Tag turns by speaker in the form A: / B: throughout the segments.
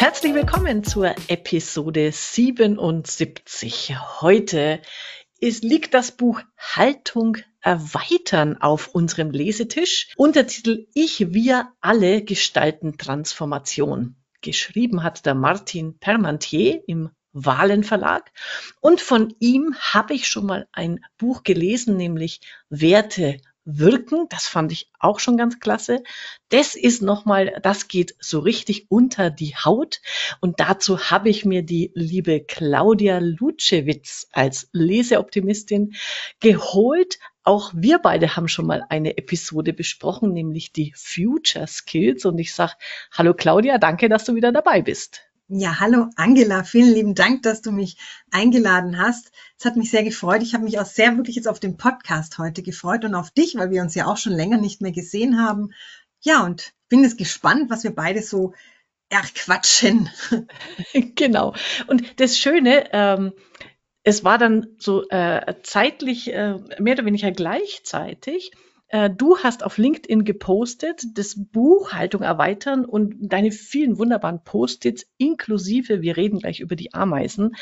A: Herzlich willkommen zur Episode 77. Heute liegt das Buch Haltung erweitern auf unserem Lesetisch. Untertitel Ich, wir alle gestalten Transformation. Geschrieben hat der Martin Parmentier im Wahlen Verlag. Und von ihm habe ich schon mal ein Buch gelesen, nämlich Werte wirken. Das fand ich auch schon ganz klasse. Das geht so richtig unter die Haut. Und dazu habe ich mir die liebe Claudia Luczewitz als Leseoptimistin geholt. Auch wir beide haben schon mal eine Episode besprochen, nämlich die Future Skills. Und ich sage, hallo Claudia, danke, dass du wieder dabei bist.
B: Ja, hallo Angela, vielen lieben Dank, dass du mich eingeladen hast. Es hat mich sehr gefreut. Ich habe mich auch sehr wirklich jetzt auf den Podcast heute gefreut und auf dich, weil wir uns ja auch schon länger nicht mehr gesehen haben. Ja, und bin jetzt gespannt, was wir beide so erquatschen.
A: Genau. Und das Schöne, es war dann so zeitlich mehr oder weniger gleichzeitig. Du hast auf LinkedIn gepostet, das Buch Haltung erweitern und deine vielen wunderbaren Post-its inklusive, wir reden gleich über die Ameisen,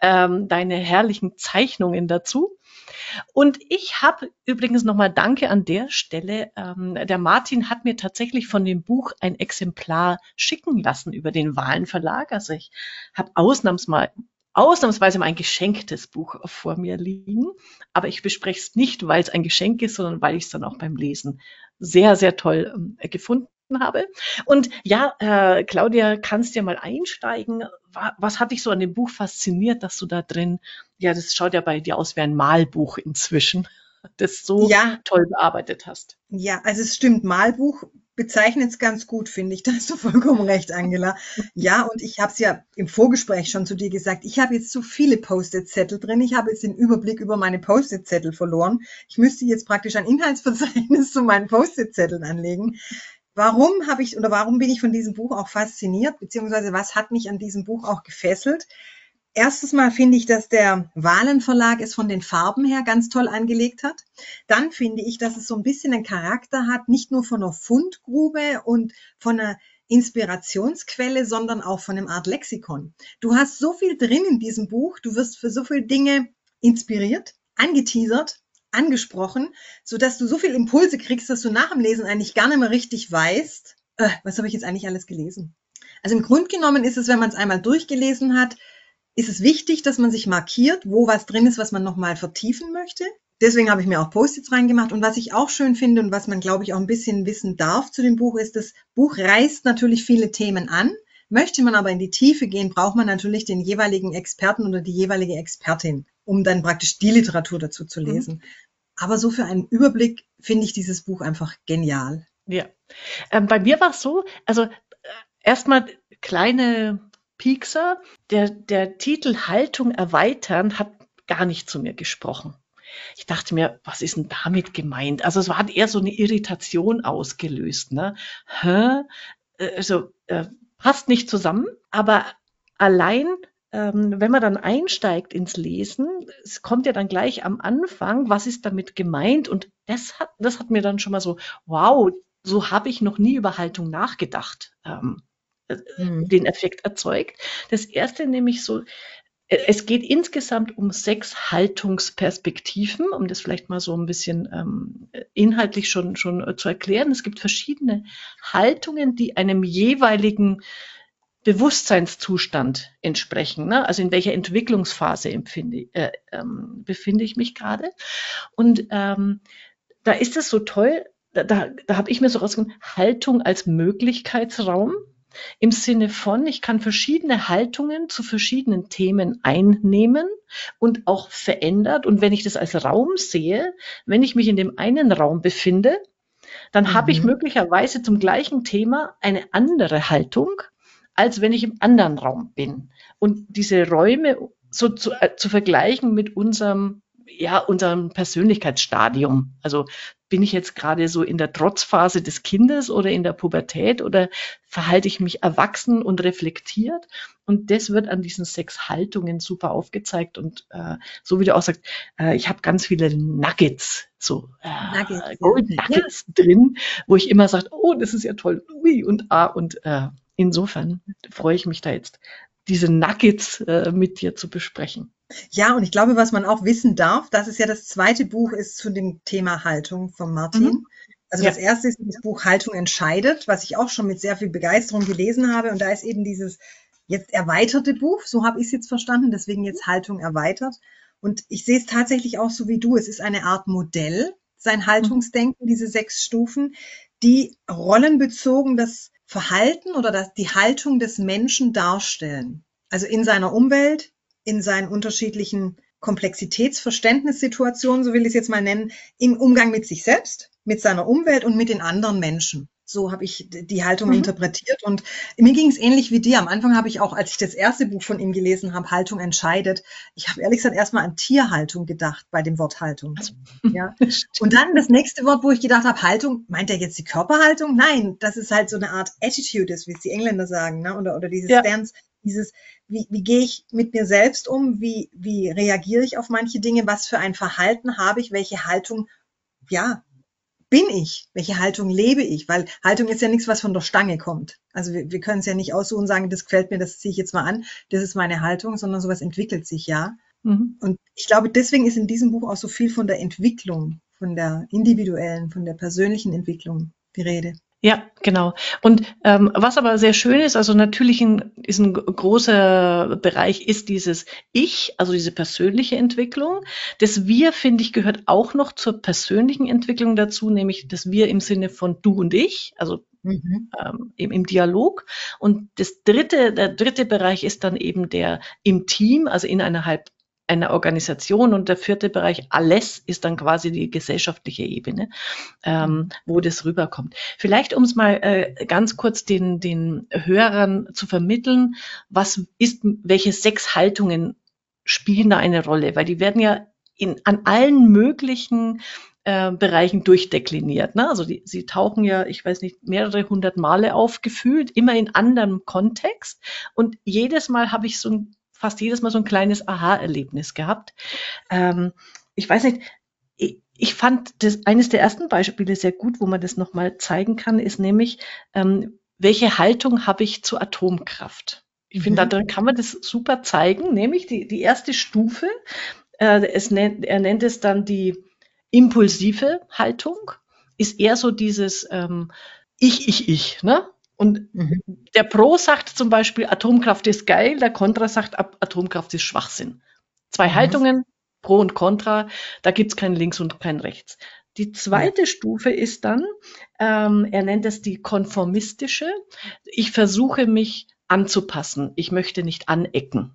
A: deine herrlichen Zeichnungen dazu. Und ich habe übrigens nochmal Danke an der Stelle. Der Martin hat mir tatsächlich von dem Buch ein Exemplar schicken lassen über den Wahlen Verlag. Also ich habe ausnahmsweise mal ein geschenktes Buch vor mir liegen. Aber ich bespreche es nicht, weil es ein Geschenk ist, sondern weil ich es dann auch beim Lesen sehr, sehr toll gefunden habe. Und ja, Claudia, kannst ja mal einsteigen. Was hat dich so an dem Buch fasziniert, dass du da drin, ja, das schaut ja bei dir aus wie ein Malbuch inzwischen, das so toll bearbeitet hast.
B: Ja, also es stimmt, Malbuch bezeichnet es ganz gut, finde ich. Da hast du vollkommen recht, Angela. Ja, und ich habe es ja im Vorgespräch schon zu dir gesagt, ich habe jetzt so viele Post-it-Zettel drin. Ich habe jetzt den Überblick über meine Post-it-Zettel verloren. Ich müsste jetzt praktisch ein Inhaltsverzeichnis zu meinen Post-it-Zetteln anlegen. Warum bin ich von diesem Buch auch fasziniert, beziehungsweise was hat mich an diesem Buch auch gefesselt? Erstens mal finde ich, dass der Wahlen Verlag es von den Farben her ganz toll angelegt hat. Dann finde ich, dass es so ein bisschen einen Charakter hat, nicht nur von einer Fundgrube und von einer Inspirationsquelle, sondern auch von einem Art Lexikon. Du hast so viel drin in diesem Buch, du wirst für so viele Dinge inspiriert, angeteasert, angesprochen, sodass du so viele Impulse kriegst, dass du nach dem Lesen eigentlich gar nicht mehr richtig weißt, was habe ich jetzt eigentlich alles gelesen. Also im Grunde genommen ist es, wenn man es einmal durchgelesen hat, ist es wichtig, dass man sich markiert, wo was drin ist, was man nochmal vertiefen möchte. Deswegen habe ich mir auch Post-its reingemacht. Und was ich auch schön finde und was man, glaube ich, auch ein bisschen wissen darf zu dem Buch, ist, das Buch reißt natürlich viele Themen an. Möchte man aber in die Tiefe gehen, braucht man natürlich den jeweiligen Experten oder die jeweilige Expertin, um dann praktisch die Literatur dazu zu lesen. Aber so für einen Überblick finde ich dieses Buch einfach genial.
A: Ja, bei mir war es so, also erstmal kleine Piekser, der Titel Haltung erweitern hat gar nicht zu mir gesprochen. Ich dachte mir, was ist denn damit gemeint? Also es hat eher so eine Irritation ausgelöst. Ne? Passt nicht zusammen, aber allein, wenn man dann einsteigt ins Lesen, es kommt ja dann gleich am Anfang, was ist damit gemeint? Und das hat mir dann schon mal so, wow, so habe ich noch nie über Haltung nachgedacht. Den Effekt erzeugt. Das erste nämlich so, es geht insgesamt um 6 Haltungsperspektiven, um das vielleicht mal so ein bisschen inhaltlich schon zu erklären. Es gibt verschiedene Haltungen, die einem jeweiligen Bewusstseinszustand entsprechen, ne? Also in welcher Entwicklungsphase befinde ich mich gerade. Und da ist es so toll, da habe ich mir so rausgefunden, Haltung als Möglichkeitsraum. Im Sinne von, ich kann verschiedene Haltungen zu verschiedenen Themen einnehmen und auch verändert. Und wenn ich das als Raum sehe, wenn ich mich in dem einen Raum befinde, dann habe ich möglicherweise zum gleichen Thema eine andere Haltung, als wenn ich im anderen Raum bin. Und diese Räume so zu vergleichen mit unserem Persönlichkeitsstadium. Also bin ich jetzt gerade so in der Trotzphase des Kindes oder in der Pubertät oder verhalte ich mich erwachsen und reflektiert? Und das wird an diesen 6 Haltungen super aufgezeigt. Und so wie du auch sagst, ich habe ganz viele Nuggets, Golden Nuggets drin, wo ich immer sage, oh, das ist ja toll, ui und insofern freue ich mich da jetzt, diese Nuggets mit dir zu besprechen.
B: Ja, und ich glaube, was man auch wissen darf, dass es ja das zweite Buch ist zu dem Thema Haltung von Martin. Also
A: Ja.
B: das erste ist das Buch Haltung entscheidet, was ich auch schon mit sehr viel Begeisterung gelesen habe. Und da ist eben dieses jetzt erweiterte Buch, so habe ich es jetzt verstanden, deswegen jetzt Haltung erweitert. Und ich sehe es tatsächlich auch so wie du. Es ist eine Art Modell, sein Haltungsdenken, diese 6 Stufen, die rollenbezogen das Verhalten oder die Haltung des Menschen darstellen. Also in seiner Umwelt, in seinen unterschiedlichen Komplexitätsverständnissituationen, so will ich es jetzt mal nennen, im Umgang mit sich selbst, mit seiner Umwelt und mit den anderen Menschen. So habe ich die Haltung interpretiert und mir ging es ähnlich wie dir. Am Anfang habe ich auch, als ich das erste Buch von ihm gelesen habe, Haltung entscheidet, ich habe ehrlich gesagt erstmal an Tierhaltung gedacht bei dem Wort Haltung. Ja. Und dann das nächste Wort, wo ich gedacht habe, Haltung, meint er jetzt die Körperhaltung? Nein, das ist halt so eine Art Attitude ist, wie es die Engländer sagen, ne? Oder dieses Stance, dieses, wie gehe ich mit mir selbst um, wie reagiere ich auf manche Dinge, was für ein Verhalten habe ich, welche Haltung, ja, bin ich, welche Haltung lebe ich, weil Haltung ist ja nichts, was von der Stange kommt. Also wir können es ja nicht aussuchen und sagen, das gefällt mir, das ziehe ich jetzt mal an, das ist meine Haltung, sondern sowas entwickelt sich ja. Und ich glaube, deswegen ist in diesem Buch auch so viel von der Entwicklung, von der individuellen, von der persönlichen Entwicklung die Rede.
A: Ja, genau. Und was aber sehr schön ist, also natürlich ist ein großer Bereich ist dieses Ich, also diese persönliche Entwicklung. Das Wir, finde ich, gehört auch noch zur persönlichen Entwicklung dazu, nämlich das Wir im Sinne von du und ich, also im Dialog. Und der dritte Bereich ist dann eben der im Team, also in einer Organisation, und der vierte Bereich, alles, ist dann quasi die gesellschaftliche Ebene, wo das rüberkommt. Vielleicht, um es mal ganz kurz den Hörern zu vermitteln, welche 6 Haltungen spielen da eine Rolle, weil die werden ja an allen möglichen Bereichen durchdekliniert. Ne? Also sie tauchen ja, ich weiß nicht, mehrere 100 Male auf, gefühlt, immer in anderem Kontext. Und fast jedes Mal so ein kleines Aha-Erlebnis gehabt. Ich weiß nicht, ich fand eines der ersten Beispiele sehr gut, wo man das nochmal zeigen kann, ist nämlich, welche Haltung habe ich zur Atomkraft? Ich finde, da kann man das super zeigen, nämlich die erste Stufe, er nennt es dann die impulsive Haltung, ist eher so dieses ich, ne? Und der Pro sagt zum Beispiel, Atomkraft ist geil, der Kontra sagt, Atomkraft ist Schwachsinn. 2 Haltungen, Pro und Contra, da gibt's kein Links und kein Rechts. Die zweite Stufe ist dann, er nennt es die konformistische. Ich versuche mich anzupassen. Ich möchte nicht anecken.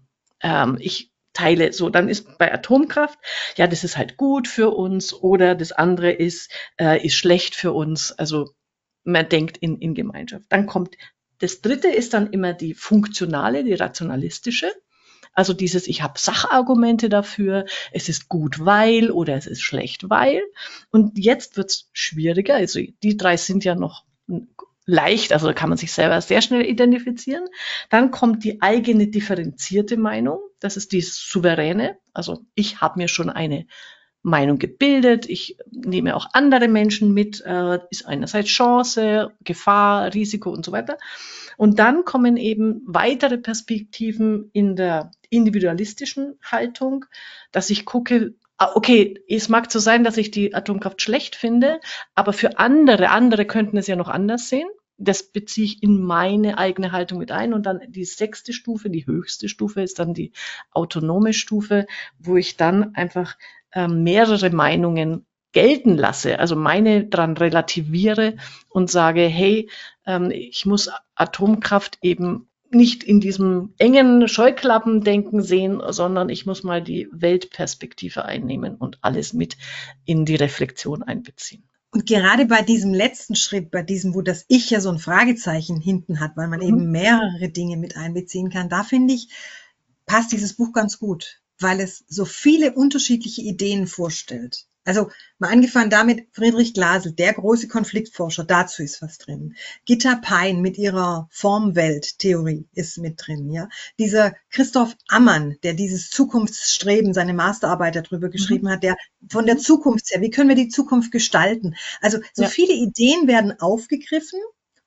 A: Ich teile so, dann ist bei Atomkraft, ja, das ist halt gut für uns, oder das andere ist schlecht für uns. Also man denkt in Gemeinschaft. Dann kommt das dritte, ist dann immer die funktionale, die rationalistische. Also dieses, ich habe Sachargumente dafür, es ist gut, weil, oder es ist schlecht, weil. Und jetzt wird's schwieriger. Also die 3 sind ja noch leicht, also da kann man sich selber sehr schnell identifizieren. Dann kommt die eigene differenzierte Meinung. Das ist die souveräne. Also ich habe mir schon eine Meinung gebildet. Ich nehme auch andere Menschen mit. Ist einerseits Chance, Gefahr, Risiko und so weiter. Und dann kommen eben weitere Perspektiven in der individualistischen Haltung, dass ich gucke, okay, es mag so sein, dass ich die Atomkraft schlecht finde, aber für andere könnten es ja noch anders sehen. Das beziehe ich in meine eigene Haltung mit ein. Und dann die 6. Stufe, die höchste Stufe, ist dann die autonome Stufe, wo ich dann einfach mehrere Meinungen gelten lasse, also meine dran relativiere und sage, hey, ich muss Atomkraft eben nicht in diesem engen Scheuklappendenken sehen, sondern ich muss mal die Weltperspektive einnehmen und alles mit in die Reflexion einbeziehen.
B: Und gerade bei diesem letzten Schritt, bei diesem, wo das Ich ja so ein Fragezeichen hinten hat, weil man eben mehrere Dinge mit einbeziehen kann, da finde ich, passt dieses Buch ganz gut, weil es so viele unterschiedliche Ideen vorstellt. Also mal angefangen damit, Friedrich Glasel, der große Konfliktforscher, dazu ist was drin. Gitta Pein mit ihrer Formwelttheorie ist mit drin. Ja, dieser Christoph Ammann, der dieses Zukunftsstreben, seine Masterarbeit darüber geschrieben hat, der von der Zukunft her, wie können wir die Zukunft gestalten? Also so viele Ideen werden aufgegriffen,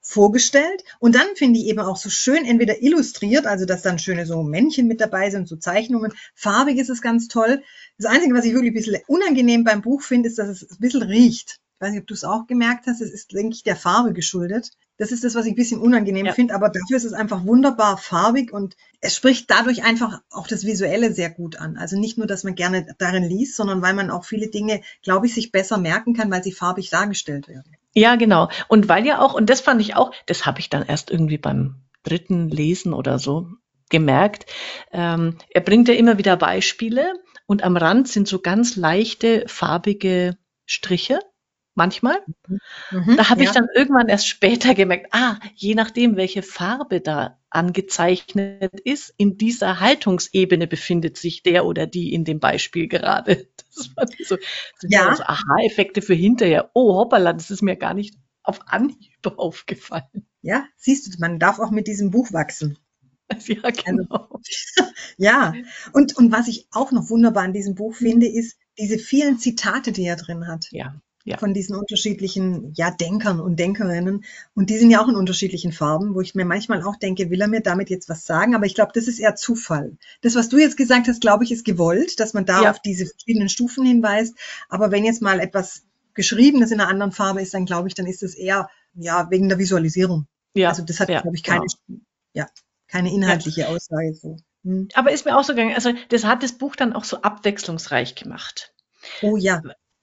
B: vorgestellt und dann finde ich eben auch so schön entweder illustriert, also dass dann schöne so Männchen mit dabei sind, so Zeichnungen. Farbig ist es ganz toll. Das Einzige, was ich wirklich ein bisschen unangenehm beim Buch finde, ist, dass es ein bisschen riecht. Ich weiß nicht, ob du es auch gemerkt hast. Es ist, denke ich, der Farbe geschuldet. Das ist das, was ich ein bisschen unangenehm finde, aber dafür ist es einfach wunderbar farbig und es spricht dadurch einfach auch das Visuelle sehr gut an. Also nicht nur, dass man gerne darin liest, sondern weil man auch viele Dinge, glaube ich, sich besser merken kann, weil sie farbig dargestellt werden.
A: Ja, genau. Und weil ja auch, und das fand ich auch, das habe ich dann erst irgendwie beim dritten Lesen oder so gemerkt, er bringt ja immer wieder Beispiele und am Rand sind so ganz leichte farbige Striche, manchmal. Da habe ich dann irgendwann erst später gemerkt, je nachdem, welche Farbe da angezeichnet ist, in dieser Haltungsebene befindet sich der oder die in dem Beispiel gerade. Das war so, so Aha-Effekte für hinterher. Oh, hoppala, das ist mir gar nicht auf Anhieb aufgefallen.
B: Ja, siehst du, man darf auch mit diesem Buch wachsen.
A: Ja, genau.
B: Also, ja, und was ich auch noch wunderbar an diesem Buch finde, ist diese vielen Zitate, die er drin hat.
A: Ja.
B: Von diesen unterschiedlichen Denkern und Denkerinnen. Und die sind ja auch in unterschiedlichen Farben, wo ich mir manchmal auch denke, will er mir damit jetzt was sagen? Aber ich glaube, das ist eher Zufall. Das, was du jetzt gesagt hast, glaube ich, ist gewollt, dass man da auf diese verschiedenen Stufen hinweist. Aber wenn jetzt mal etwas Geschriebenes in einer anderen Farbe ist, dann glaube ich, dann ist es eher wegen der Visualisierung. Ja, also das hat, glaube ich, keine inhaltliche Aussage. So.
A: Aber ist mir auch so gegangen. Also das hat das Buch dann auch so abwechslungsreich gemacht.
B: Oh ja.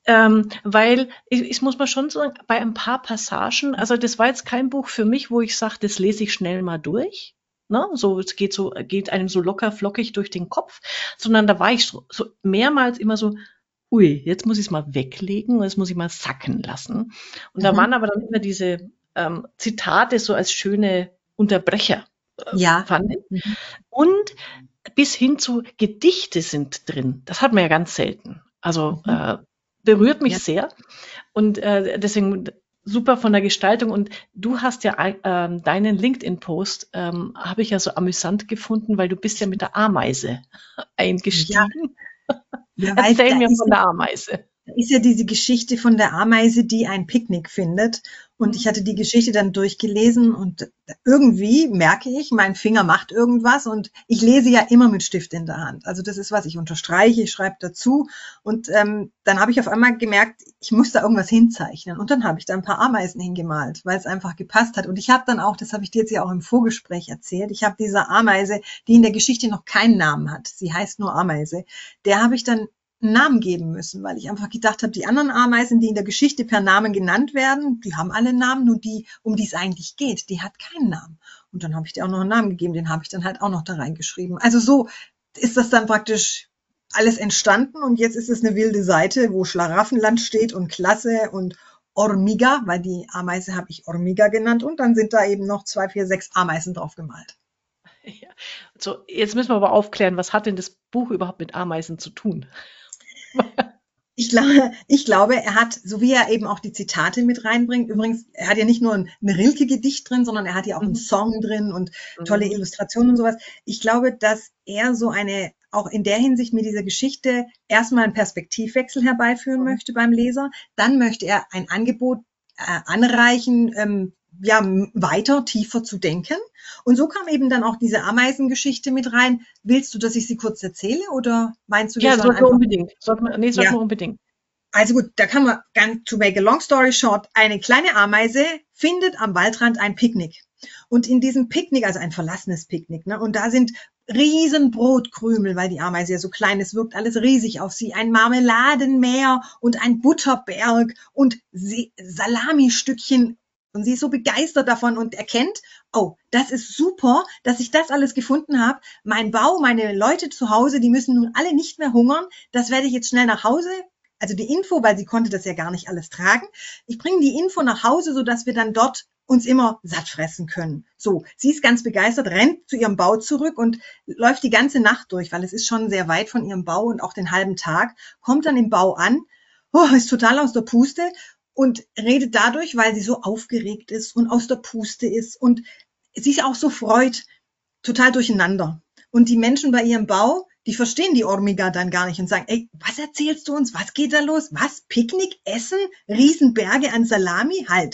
A: Weil ich muss mal schon sagen, bei ein paar Passagen, also das war jetzt kein Buch für mich, wo ich sage, das lese ich schnell mal durch. Ne? So, es geht einem so locker flockig durch den Kopf, sondern da war ich so mehrmals immer so, ui, jetzt muss ich es mal weglegen und jetzt muss ich mal sacken lassen. Und da waren aber dann immer diese Zitate so als schöne Unterbrecher, fand ich. Und bis hin zu Gedichte sind drin. Das hat man ja ganz selten. Also berührt mich sehr und deswegen super von der Gestaltung. Und du hast ja deinen LinkedIn-Post habe ich ja so amüsant gefunden, weil du bist ja mit der Ameise eingestiegen. Ja, erzähl mir von der Ameise.
B: Da ist ja diese Geschichte von der Ameise, die ein Picknick findet. Und ich hatte die Geschichte dann durchgelesen und irgendwie merke ich, mein Finger macht irgendwas und ich lese ja immer mit Stift in der Hand. Also das ist was, ich unterstreiche, ich schreibe dazu und dann habe ich auf einmal gemerkt, ich muss da irgendwas hinzeichnen und dann habe ich da ein paar Ameisen hingemalt, weil es einfach gepasst hat. Und ich habe dann auch, das habe ich dir jetzt ja auch im Vorgespräch erzählt, ich habe dieser Ameise, die in der Geschichte noch keinen Namen hat, sie heißt nur Ameise, der habe ich dann einen Namen geben müssen, weil ich einfach gedacht habe, die anderen Ameisen, die in der Geschichte per Namen genannt werden, die haben alle einen Namen, nur die, um die es eigentlich geht, die hat keinen Namen. Und dann habe ich dir auch noch einen Namen gegeben, den habe ich dann halt auch noch da reingeschrieben. Also so ist das dann praktisch alles entstanden und jetzt ist es eine wilde Seite, wo Schlaraffenland steht und Klasse und Ormiga, weil die Ameise habe ich Ormiga genannt und dann sind da eben noch 2, 4, 6 Ameisen drauf gemalt.
A: Ja. So, jetzt müssen wir aber aufklären, was hat denn das Buch überhaupt mit Ameisen zu tun?
B: Ich glaube, er hat, so wie er eben auch die Zitate mit reinbringt, übrigens, er hat ja nicht nur ein Rilke-Gedicht drin, sondern er hat ja auch einen Song drin und tolle Illustrationen und sowas. Ich glaube, dass er so auch in der Hinsicht mit dieser Geschichte erstmal einen Perspektivwechsel herbeiführen möchte beim Leser. Dann möchte er ein Angebot anreichen, weiter, tiefer zu denken. Und so kam eben dann auch diese Ameisengeschichte mit rein. Willst du, dass ich sie kurz erzähle oder meinst du das?
A: Ja, sollten wir unbedingt. Sollten wir unbedingt.
B: Also gut, da kann man, to make a long story short, eine kleine Ameise findet am Waldrand ein Picknick. Und in diesem Picknick, also ein verlassenes Picknick, ne, und da sind riesen Brotkrümel, weil die Ameise ja so klein ist, wirkt alles riesig auf sie. Ein Marmeladenmeer und ein Butterberg und Salami-Stückchen. Und sie ist so begeistert davon und erkennt, oh, das ist super, dass ich das alles gefunden habe. Mein Bau, meine Leute zu Hause, die müssen nun alle nicht mehr hungern. Das werde ich jetzt schnell nach Hause. Also die Info, weil sie konnte das ja gar nicht alles tragen. Ich bringe die Info nach Hause, sodass wir dann dort uns immer satt fressen können. So, sie ist ganz begeistert, rennt zu ihrem Bau zurück und läuft die ganze Nacht durch, weil es ist schon sehr weit von ihrem Bau und auch den halben Tag, kommt dann im Bau an, ist total aus der Puste und redet dadurch, weil sie so aufgeregt ist und aus der Puste ist und sich auch so freut, total durcheinander. Und die Menschen bei ihrem Bau, die verstehen die Ormiga dann gar nicht und sagen, ey, was erzählst du uns? Was geht da los? Was? Picknick, Essen, Riesenberge an Salami? Halt.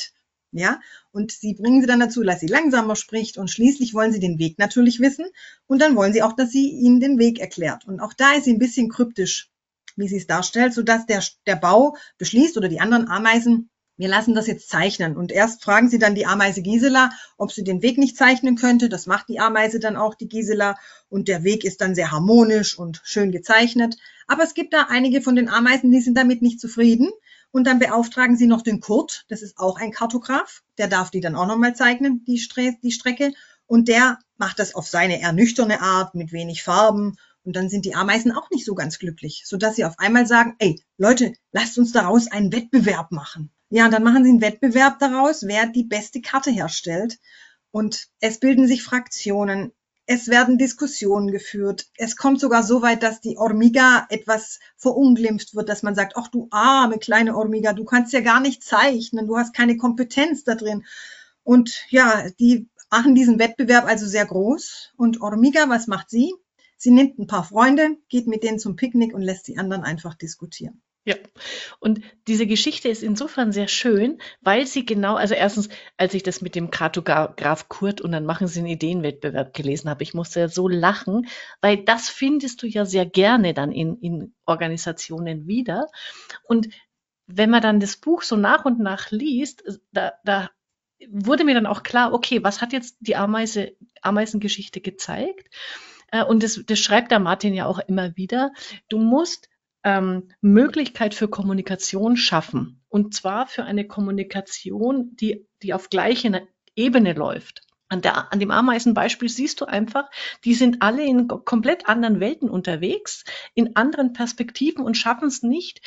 B: Ja, und sie bringen sie dann dazu, dass sie langsamer spricht und schließlich wollen sie den Weg natürlich wissen und dann wollen sie auch, dass sie ihnen den Weg erklärt. Und auch da ist sie ein bisschen kryptisch, wie sie es darstellt, sodass der Bau beschließt oder die anderen Ameisen, wir lassen das jetzt zeichnen. Und erst fragen sie dann die Ameise Gisela, ob sie den Weg nicht zeichnen könnte. Das macht die Ameise dann auch, die Gisela. Und der Weg ist dann sehr harmonisch und schön gezeichnet. Aber es gibt da einige von den Ameisen, die sind damit nicht zufrieden. Und dann beauftragen sie noch den Kurt, das ist auch ein Kartograf, der darf die dann auch nochmal zeichnen, die Strecke. Und der macht das auf seine ernüchternde Art, mit wenig Farben. Und dann sind die Ameisen auch nicht so ganz glücklich, sodass sie auf einmal sagen, ey, Leute, lasst uns daraus einen Wettbewerb machen. Ja, und dann machen sie einen Wettbewerb daraus, wer die beste Karte herstellt. Und es bilden sich Fraktionen. Es werden Diskussionen geführt. Es kommt sogar so weit, dass die Hormiga etwas verunglimpft wird, dass man sagt, ach du arme kleine Hormiga, du kannst ja gar nicht zeichnen, du hast keine Kompetenz da drin. Und ja, die machen diesen Wettbewerb also sehr groß. Und Hormiga, was macht sie? Sie nimmt ein paar Freunde, geht mit denen zum Picknick und lässt die anderen einfach diskutieren.
A: Ja, und diese Geschichte ist insofern sehr schön, weil sie genau, also erstens, als ich das mit dem Kartograf Kurt und dann machen sie einen Ideenwettbewerb gelesen habe, ich musste ja so lachen, weil das findest du ja sehr gerne dann in Organisationen wieder. Und wenn man dann das Buch so nach und nach liest, da wurde mir dann auch klar, okay, was hat jetzt die Ameisengeschichte gezeigt? Und das schreibt der Martin ja auch immer wieder. Du musst Möglichkeit für Kommunikation schaffen. Und zwar für eine Kommunikation, die auf gleicher Ebene läuft. An dem Ameisenbeispiel siehst du einfach, die sind alle in komplett anderen Welten unterwegs, in anderen Perspektiven und schaffen es nicht,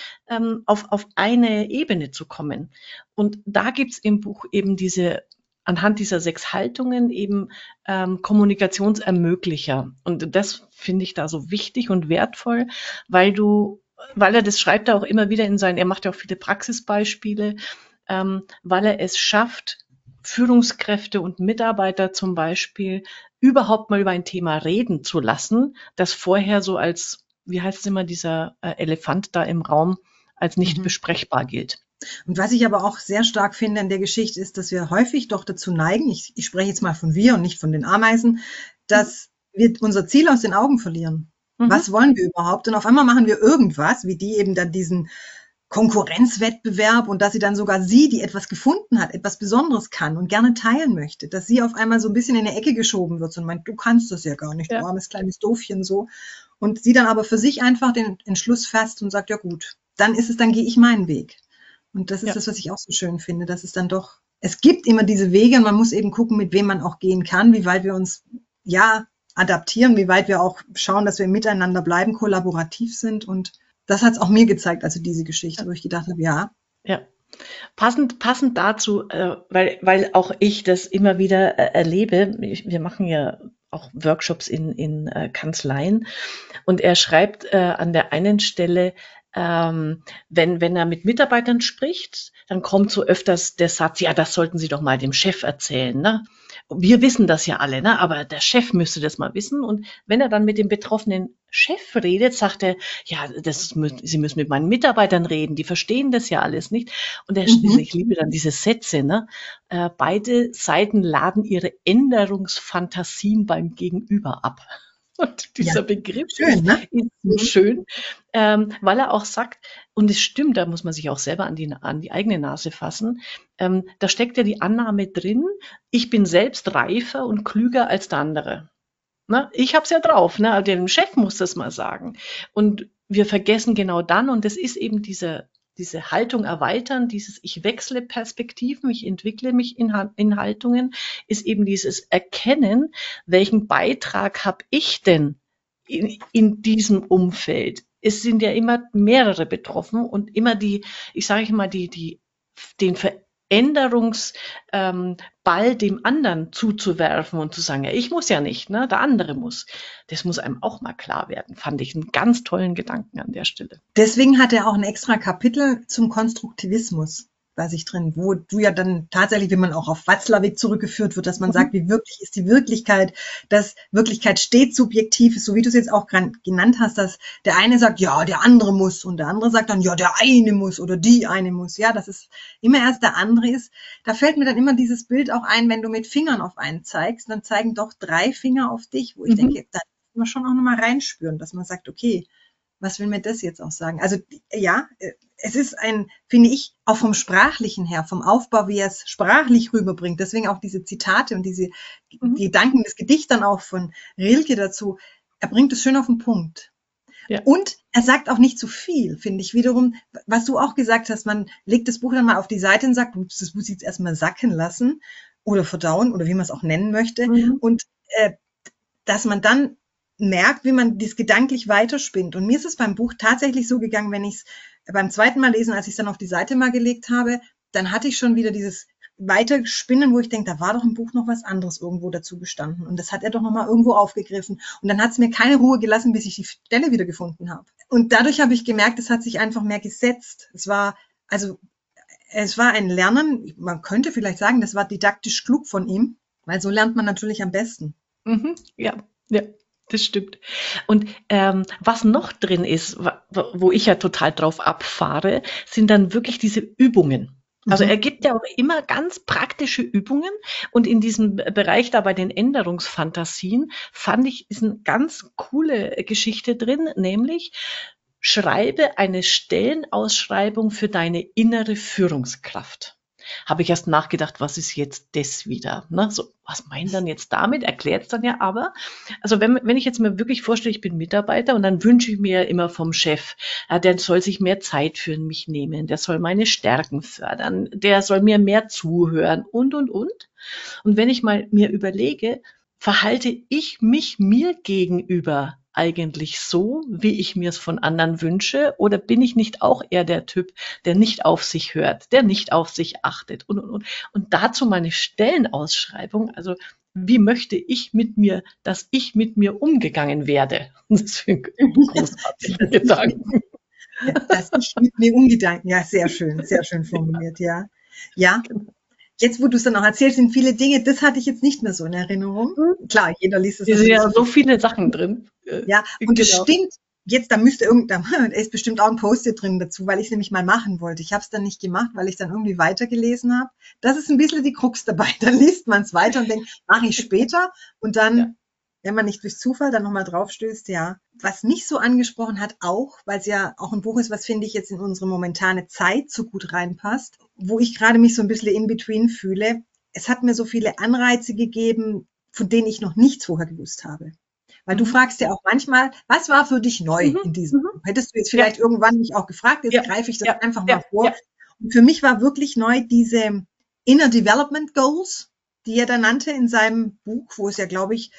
A: auf eine Ebene zu kommen. Und da gibt's im Buch eben anhand dieser 6 Haltungen eben Kommunikationsermöglicher. Und das finde ich da so wichtig und wertvoll, weil er das schreibt er auch immer wieder er macht ja auch viele Praxisbeispiele, weil er es schafft, Führungskräfte und Mitarbeiter zum Beispiel überhaupt mal über ein Thema reden zu lassen, das vorher so als, wie heißt es immer, dieser Elefant da im Raum, als nicht besprechbar gilt.
B: Und was ich aber auch sehr stark finde an der Geschichte ist, dass wir häufig doch dazu neigen, ich spreche jetzt mal von wir und nicht von den Ameisen, dass wir unser Ziel aus den Augen verlieren. Was wollen wir überhaupt? Und auf einmal machen wir irgendwas, wie die eben dann diesen Konkurrenzwettbewerb und dass sie dann sogar die etwas gefunden hat, etwas Besonderes kann und gerne teilen möchte, dass sie auf einmal so ein bisschen in eine Ecke geschoben wird und meint, du kannst das ja gar nicht, du armes kleines Doofchen so. Und sie dann aber für sich einfach den Entschluss fasst und sagt, ja gut, dann gehe ich meinen Weg. Und das ist das, was ich auch so schön finde, dass es dann doch, es gibt immer diese Wege und man muss eben gucken, mit wem man auch gehen kann, wie weit wir uns, adaptieren, wie weit wir auch schauen, dass wir miteinander bleiben, kollaborativ sind. Und das hat es auch mir gezeigt, also diese Geschichte, wo ich gedacht habe, ja.
A: Ja. Passend dazu, weil auch ich das immer wieder erlebe, wir machen ja auch Workshops in Kanzleien und er schreibt an der einen Stelle, wenn er mit Mitarbeitern spricht, dann kommt so öfters der Satz, ja, das sollten Sie doch mal dem Chef erzählen, ne? Wir wissen das ja alle, ne? Aber der Chef müsste das mal wissen. Und wenn er dann mit dem betroffenen Chef redet, sagt er, ja, Sie müssen mit meinen Mitarbeitern reden, die verstehen das ja alles nicht. Und ich liebe dann diese Sätze, ne? Beide Seiten laden ihre Änderungsfantasien beim Gegenüber ab. Und dieser Begriff
B: schön, ne?
A: ist so schön, weil er auch sagt, und es stimmt, da muss man sich auch selber an die eigene Nase fassen, da steckt ja die Annahme drin, ich bin selbst reifer und klüger als der andere. Ne? Ich hab's ja drauf, ne? Dem Chef muss das mal sagen. Und wir vergessen genau dann, und das ist eben diese Haltung erweitern, ich wechsle Perspektiven, ich entwickle mich in Haltungen, ist eben dieses Erkennen, welchen Beitrag habe ich denn in diesem Umfeld? Es sind ja immer mehrere betroffen und immer den Veränderungsball dem anderen zuzuwerfen und zu sagen, ja, ich muss ja nicht, ne, der andere muss. Das muss einem auch mal klar werden, fand ich einen ganz tollen Gedanken an der Stelle.
B: Deswegen hat er auch ein extra Kapitel zum Konstruktivismus. was ich drin, wo du ja dann tatsächlich, wenn man auch auf Watzlawick zurückgeführt wird, dass man
A: Mhm.
B: sagt, wie wirklich ist die Wirklichkeit, dass Wirklichkeit stets subjektiv ist, so wie du es jetzt auch genannt hast, dass der eine sagt, ja, der andere muss und der andere sagt dann, ja, der eine muss oder die eine muss, ja, dass es immer erst der andere ist. Da fällt mir dann immer dieses Bild auch ein, wenn du mit Fingern auf einen zeigst, dann zeigen doch 3 Finger auf dich, wo ich
A: Mhm.
B: denke, da muss man schon auch nochmal reinspüren, dass man sagt, okay, was will mir das jetzt auch sagen? Also ja, es ist finde ich, auch vom Sprachlichen her, vom Aufbau, wie er es sprachlich rüberbringt, deswegen auch diese Zitate und diese
A: Mhm.
B: Gedanken, das Gedicht dann auch von Rilke dazu, er bringt es schön auf den Punkt.
A: Ja.
B: Und er sagt auch nicht zu viel, finde ich wiederum, was du auch gesagt hast, man legt das Buch dann mal auf die Seite und sagt, das muss ich jetzt erstmal sacken lassen oder verdauen oder wie man es auch nennen möchte.
A: Mhm.
B: Und dass man dann merkt, wie man das gedanklich weiterspinnt. Und mir ist es beim Buch tatsächlich so gegangen, wenn ich es beim zweiten Mal lesen, als ich es dann auf die Seite mal gelegt habe, dann hatte ich schon wieder dieses Weiterspinnen, wo ich denke, da war doch im Buch noch was anderes irgendwo dazu gestanden. Und das hat er doch nochmal irgendwo aufgegriffen. Und dann hat es mir keine Ruhe gelassen, bis ich die Stelle wieder gefunden habe. Und dadurch habe ich gemerkt, es hat sich einfach mehr gesetzt. Es war ein Lernen, man könnte vielleicht sagen, das war didaktisch klug von ihm, weil so lernt man natürlich am besten.
A: Mhm. Ja, ja, das stimmt. Und was noch drin ist, wo ich ja total drauf abfahre, sind dann wirklich diese Übungen. Also er gibt ja auch immer ganz praktische Übungen und in diesem Bereich da bei den Änderungsfantasien fand ich, ist eine ganz coole Geschichte drin, nämlich schreibe eine Stellenausschreibung für deine innere Führungskraft. Habe ich erst nachgedacht, was ist jetzt das wieder? Ne? So, was meint dann jetzt damit? Erklärt es dann ja aber. Also wenn ich jetzt mir wirklich vorstelle, ich bin Mitarbeiter und dann wünsche ich mir immer vom Chef, der soll sich mehr Zeit für mich nehmen, der soll meine Stärken fördern, der soll mir mehr zuhören und. Und wenn ich mal mir überlege, verhalte ich mich mir gegenüber eigentlich so, wie ich mir es von anderen wünsche? Oder bin ich nicht auch eher der Typ, der nicht auf sich hört, der nicht auf sich achtet? Und dazu meine Stellenausschreibung, also wie möchte ich mit mir, dass ich mit mir umgegangen werde? Das finde ich großartigen Gedanken.
B: Dass ich mit mir umgedanken. Ja, sehr schön formuliert, ja. Ja, jetzt, wo du es dann auch erzählst, sind viele Dinge, das hatte ich jetzt nicht mehr so in Erinnerung. Klar, jeder liest es
A: Hier sind
B: natürlich.
A: ja so viele Sachen drin.
B: Ja, und es
A: Genau.
B: stimmt. Jetzt, da müsste da ist bestimmt auch ein Post-it drin dazu, weil ich es nämlich mal machen wollte. Ich habe es dann nicht gemacht, weil ich dann irgendwie weitergelesen habe. Das ist ein bisschen die Krux dabei. Dann liest man es weiter und denkt, mache ich später. Und dann,
A: Ja.
B: wenn man nicht durch Zufall dann nochmal draufstößt, ja. Was mich so angesprochen hat, auch, weil es ja auch ein Buch ist, was finde ich jetzt in unsere momentane Zeit so gut reinpasst, wo ich gerade mich so ein bisschen in between fühle. Es hat mir so viele Anreize gegeben, von denen ich noch nichts vorher gewusst habe. Weil du
A: Mhm.
B: fragst ja auch manchmal, was war für dich neu
A: Mhm.
B: in diesem
A: Mhm.
B: Buch? Hättest du jetzt
A: Ja,
B: vielleicht irgendwann mich auch gefragt, jetzt
A: ja,
B: greife ich das
A: ja,
B: einfach mal
A: ja,
B: vor.
A: ja.
B: Und für mich war wirklich neu diese Inner Development Goals, die er da nannte in seinem Buch, wo es ja, glaube ich,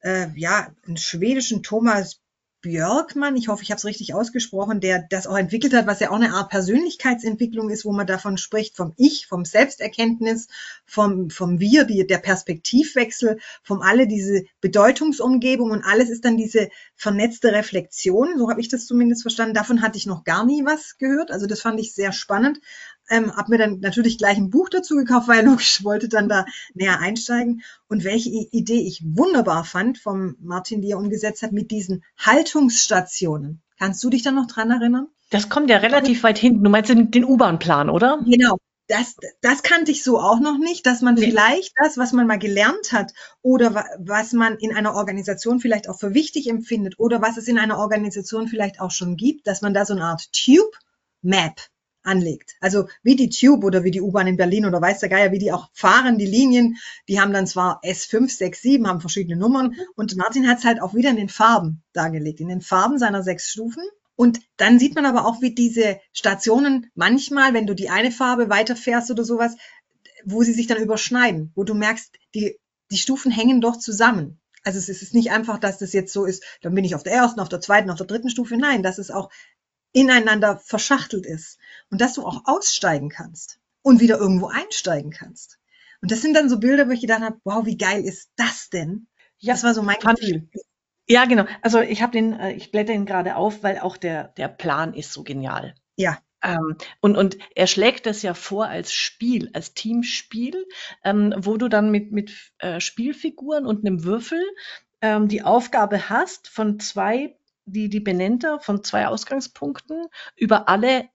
B: einen schwedischen Thomas Björkman, ich hoffe, ich habe es richtig ausgesprochen, der das auch entwickelt hat, was ja auch eine Art Persönlichkeitsentwicklung ist, wo man davon spricht, vom Ich, vom Selbsterkenntnis, vom Wir, der Perspektivwechsel, vom Alle, diese Bedeutungsumgebung und alles ist dann diese vernetzte Reflexion, so habe ich das zumindest verstanden. Davon hatte ich noch gar nie was gehört, also das fand ich sehr spannend. Habe mir dann natürlich gleich ein Buch dazu gekauft, weil logisch wollte dann da näher einsteigen. Und welche Idee ich wunderbar fand vom Martin, die er umgesetzt hat, mit diesen Haltungsstationen. Kannst du dich da noch dran erinnern?
A: Das kommt ja relativ weit hinten. Du meinst den U-Bahn-Plan, oder?
B: Genau. Das kannte ich so auch noch nicht, dass man
A: Nee.
B: vielleicht das, was man mal gelernt hat oder was man in einer Organisation vielleicht auch für wichtig empfindet oder was es in einer Organisation vielleicht auch schon gibt, dass man da so eine Art Tube Map anlegt. Also wie die Tube oder wie die U-Bahn in Berlin oder weiß der Geier, wie die auch fahren, die Linien, die haben dann zwar S5, 6, 7, haben verschiedene Nummern und Martin hat es halt auch wieder in den Farben dargelegt, in den Farben seiner 6 Stufen. Und dann sieht man aber auch, wie diese Stationen manchmal, wenn du die eine Farbe weiterfährst oder sowas, wo sie sich dann überschneiden, wo du merkst, die Stufen hängen doch zusammen. Also es ist nicht einfach, dass das jetzt so ist, dann bin ich auf der ersten, auf der zweiten, auf der dritten Stufe. Nein, dass es auch ineinander verschachtelt ist und dass du auch aussteigen kannst und wieder irgendwo einsteigen kannst. Und das sind dann so Bilder, wo ich gedacht habe, wow, wie geil ist das denn?
A: Ja,
B: Das war so mein
A: fand ich.
B: Gefühl.
A: Ja, genau. Also ich blätter ihn gerade auf, weil auch der Plan ist so genial.
B: Ja,
A: Und er schlägt das ja vor als Spiel, als Teamspiel, wo du dann mit Spielfiguren und einem Würfel die Aufgabe hast, von zwei, die benennt er, von zwei Ausgangspunkten über alle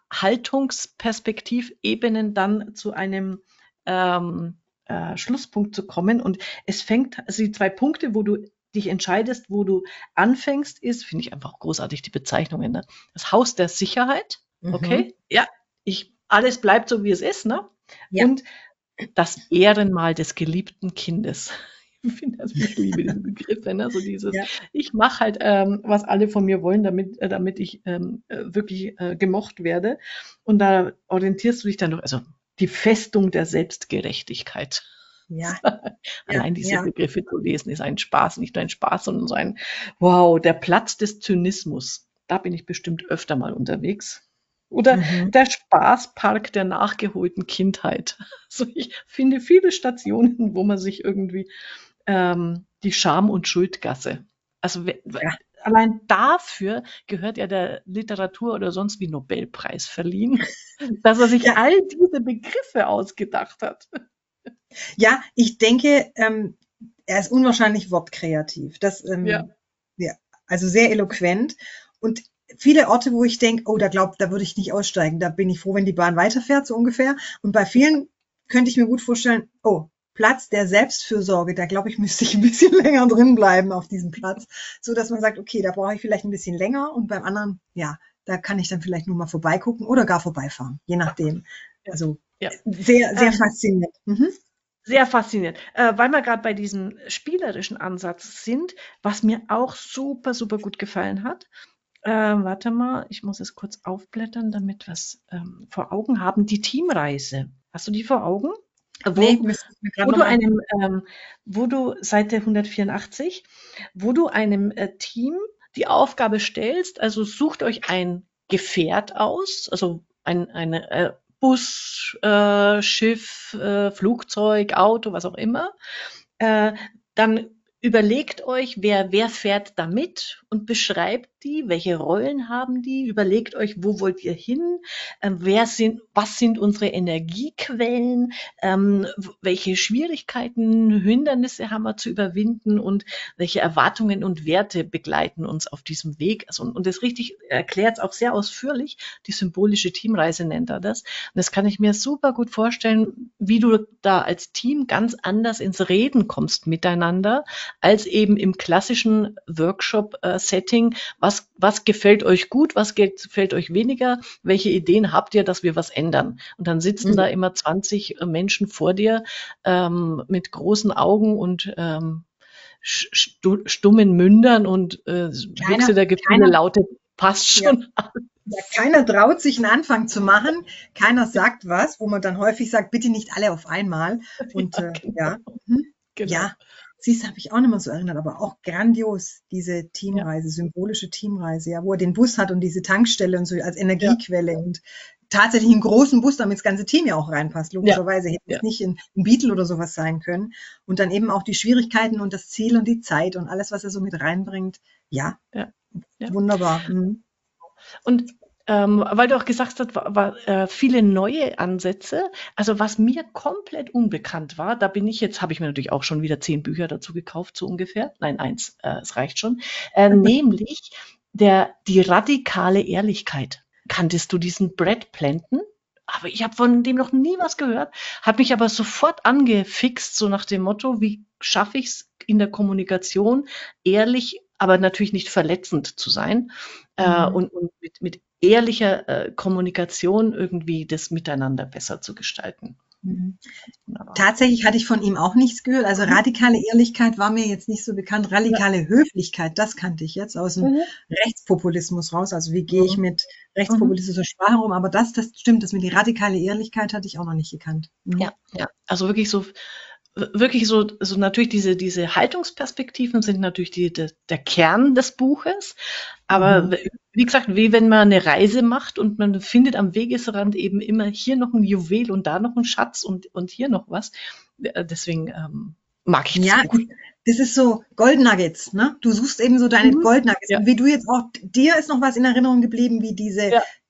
A: Haltungsperspektivebenen dann zu einem Schlusspunkt zu kommen. Und es fängt, also die zwei Punkte, wo du dich entscheidest, wo du anfängst, ist, finde ich einfach großartig, die Bezeichnungen, ne? Das Haus der Sicherheit, okay, ja, alles bleibt so, wie es ist, ne?
B: Ja.
A: Und das Ehrenmal des geliebten Kindes. Ich liebe diese Begriffe, ne? So dieses, ich mache halt, was alle von mir wollen, damit ich wirklich gemocht werde. Und da orientierst du dich dann durch, also die Festung der Selbstgerechtigkeit.
B: Ja.
A: Allein diese Begriffe zu lesen ist ein Spaß, nicht nur ein Spaß, sondern so ein, wow, der Platz des Zynismus. Da bin ich bestimmt öfter mal unterwegs. Oder der Spaßpark der nachgeholten Kindheit. Also ich finde viele Stationen, wo man sich irgendwie die Scham- und Schuldgasse. Also allein dafür gehört ja der Literatur oder sonst wie Nobelpreis verliehen, dass er sich all diese Begriffe ausgedacht hat.
B: Ja, ich denke, er ist unwahrscheinlich wortkreativ. Also sehr eloquent. Und viele Orte, wo ich denke, oh, da würde ich nicht aussteigen. Da bin ich froh, wenn die Bahn weiterfährt, so ungefähr. Und bei vielen könnte ich mir gut vorstellen, oh, Platz der Selbstfürsorge, da glaube ich, müsste ich ein bisschen länger drin bleiben auf diesem Platz, so dass man sagt, okay, da brauche ich vielleicht ein bisschen länger und beim anderen, da kann ich dann vielleicht nur mal vorbeigucken oder gar vorbeifahren, je nachdem. Also sehr, sehr faszinierend.
A: Sehr faszinierend, weil wir gerade bei diesem spielerischen Ansatz sind, was mir auch super, super gut gefallen hat. Warte mal, ich muss es kurz aufblättern, damit wir es vor Augen haben. Die Teamreise. Hast du die vor Augen? Wo du Seite 184, wo du einem Team die Aufgabe stellst, also sucht euch ein Gefährt aus, also ein Bus, Schiff, Flugzeug, Auto, was auch immer. Dann überlegt euch, wer fährt da mit und beschreibt die, welche Rollen haben die, überlegt euch, wo wollt ihr hin, was sind unsere Energiequellen, welche Schwierigkeiten, Hindernisse haben wir zu überwinden und welche Erwartungen und Werte begleiten uns auf diesem Weg. Also, und das richtig erklärt es auch sehr ausführlich, die symbolische Teamreise nennt er das. Und das kann ich mir super gut vorstellen, wie du da als Team ganz anders ins Reden kommst miteinander, als eben im klassischen Workshop-Setting. Was gefällt euch gut, was gefällt euch weniger, welche Ideen habt ihr, dass wir was ändern? Und dann sitzen da immer 20 Menschen vor dir mit großen Augen und stummen Mündern und höchste der Gefühle lautet, passt schon.
B: Ja, keiner traut sich einen Anfang zu machen, keiner sagt was, wo man dann häufig sagt, bitte nicht alle auf einmal. Und
A: Genau.
B: siehst du, habe ich auch nicht mehr so erinnert, aber auch grandios, diese Teamreise, symbolische Teamreise, wo er den Bus hat und diese Tankstelle und so als Energiequelle und tatsächlich einen großen Bus, damit das ganze Team ja auch reinpasst. Logischerweise hätte es nicht ein Beetle oder sowas sein können. Und dann eben auch die Schwierigkeiten und das Ziel und die Zeit und alles, was er so mit reinbringt. Ja. Wunderbar.
A: Und weil du auch gesagt hast, viele neue Ansätze. Also was mir komplett unbekannt war, habe ich mir natürlich auch schon wieder 10 Bücher dazu gekauft, so ungefähr. Nein, 1, es reicht schon. Nämlich die radikale Ehrlichkeit. Kanntest du diesen Brad Planton? Aber ich habe von dem noch nie was gehört, hat mich aber sofort angefixt, so nach dem Motto, wie schaffe ich es in der Kommunikation ehrlich, aber natürlich nicht verletzend zu sein und mit ehrlicher Kommunikation irgendwie das Miteinander besser zu gestalten.
B: Tatsächlich hatte ich von ihm auch nichts gehört. Also radikale Ehrlichkeit war mir jetzt nicht so bekannt. Radikale Höflichkeit, das kannte ich jetzt aus dem Rechtspopulismus raus. Also wie gehe ich mit rechtspopulistischer Sprache um? Aber das stimmt, das mit die radikale Ehrlichkeit hatte ich auch noch nicht gekannt.
A: Ja, also wirklich so natürlich diese Haltungsperspektiven sind natürlich der Kern des Buches. Aber wie gesagt, wie wenn man eine Reise macht und man findet am Wegesrand eben immer hier noch ein Juwel und da noch ein Schatz und hier noch was. Deswegen mag ich das.
B: Ja, gut. Das ist so Gold Nuggets, ne? Du suchst eben so deine Gold Nuggets. Und wie du jetzt auch, dir ist noch was in Erinnerung geblieben, wie diese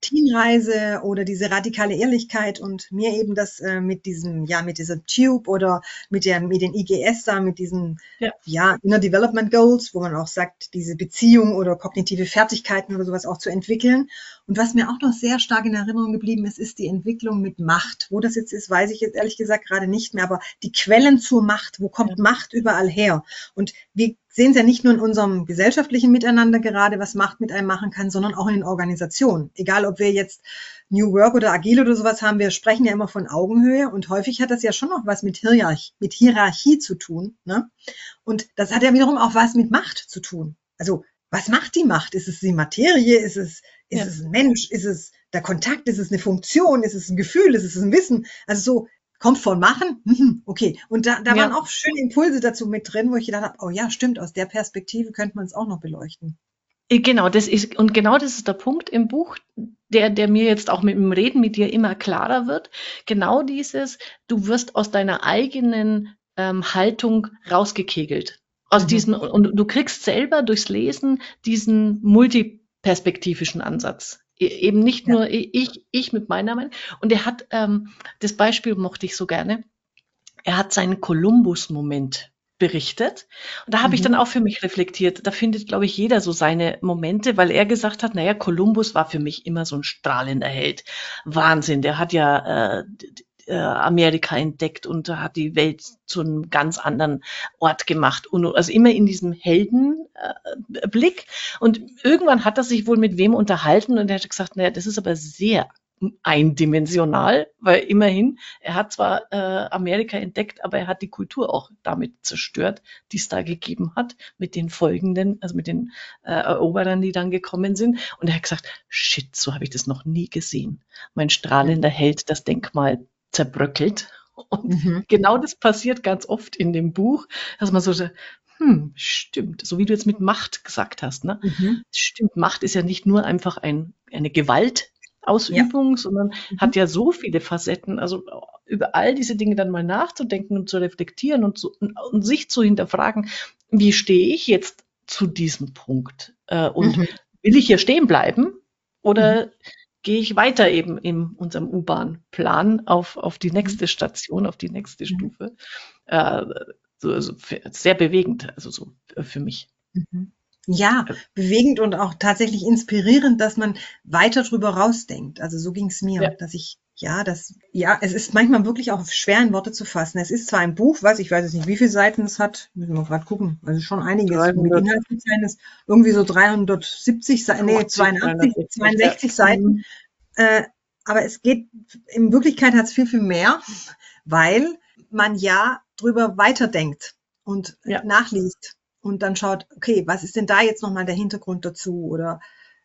B: Teenreise oder diese radikale Ehrlichkeit und mir eben das mit diesem, ja, mit dieser Tube oder mit den IGS da, mit diesen,
A: Ja.
B: ja, Inner Development Goals, wo man auch sagt, diese Beziehung oder kognitive Fertigkeiten oder sowas auch zu entwickeln. Und was mir auch noch sehr stark in Erinnerung geblieben ist, ist die Entwicklung mit Macht. Wo das jetzt ist, weiß ich jetzt ehrlich gesagt gerade nicht mehr, aber die Quellen zur Macht, wo kommt Macht überall her? Und wir sehen es ja nicht nur in unserem gesellschaftlichen Miteinander gerade, was Macht mit einem machen kann, sondern auch in den Organisationen. Egal, ob wir jetzt New Work oder Agile oder sowas haben, wir sprechen ja immer von Augenhöhe und häufig hat das ja schon noch was mit Hierarchie zu tun. Ne? Und das hat ja wiederum auch was mit Macht zu tun. Also, was macht die Macht? Ist es die Materie? Ist es ein Mensch? Ist es der Kontakt? Ist es eine Funktion? Ist es ein Gefühl? Ist es ein Wissen? Also so, kommt von Machen? Okay. Und da waren auch schöne Impulse dazu mit drin, wo ich gedacht habe, oh ja, stimmt, aus der Perspektive könnte man es auch noch beleuchten.
A: Genau, das ist der Punkt im Buch, der mir jetzt auch mit dem Reden mit dir immer klarer wird. Genau dieses, du wirst aus deiner eigenen Haltung rausgekegelt. Aus diesen, und du kriegst selber durchs Lesen diesen multiperspektivischen Ansatz. Eben nicht nur ich mit meiner Meinung. Und er hat, das Beispiel mochte ich so gerne, er hat seinen Kolumbus-Moment berichtet. Und da habe ich dann auch für mich reflektiert. Da findet, glaube ich, jeder so seine Momente, weil er gesagt hat, naja, Kolumbus war für mich immer so ein strahlender Held. Wahnsinn, der hat ja Amerika entdeckt und hat die Welt zu einem ganz anderen Ort gemacht. Und also immer in diesem Heldenblick. Und irgendwann hat er sich wohl mit wem unterhalten und er hat gesagt, naja, das ist aber sehr eindimensional, weil immerhin, er hat zwar Amerika entdeckt, aber er hat die Kultur auch damit zerstört, die es da gegeben hat, mit den folgenden, also mit den Eroberern, die dann gekommen sind. Und er hat gesagt, shit, so habe ich das noch nie gesehen. Mein strahlender Held, das Denkmal zerbröckelt. Und genau das passiert ganz oft in dem Buch, dass man so stimmt, so wie du jetzt mit Macht gesagt hast, ne? Stimmt, Macht ist ja nicht nur einfach eine Gewaltausübung, sondern hat ja so viele Facetten. Also über all diese Dinge dann mal nachzudenken und zu reflektieren und sich zu hinterfragen, wie stehe ich jetzt zu diesem Punkt? Und will ich hier stehen bleiben oder gehe ich weiter eben in unserem U-Bahn-Plan auf die nächste Station, auf die nächste Stufe? Sehr bewegend, also so für mich.
B: Ja, bewegend und auch tatsächlich inspirierend, dass man weiter drüber rausdenkt. Also so ging es mir, dass ich, es ist manchmal wirklich auch schwer in Worte zu fassen. Es ist zwar ein Buch, ich weiß jetzt nicht, wie viele Seiten es hat, müssen wir gerade gucken, also schon einiges.
A: 300.
B: Mit Inhaltsverzeichnis ist irgendwie so 370 Seiten, 62 Seiten. Aber es geht, in Wirklichkeit hat es viel, viel mehr, weil man ja drüber weiterdenkt und nachliest. Und dann schaut, okay, was ist denn da jetzt nochmal der Hintergrund dazu? Oder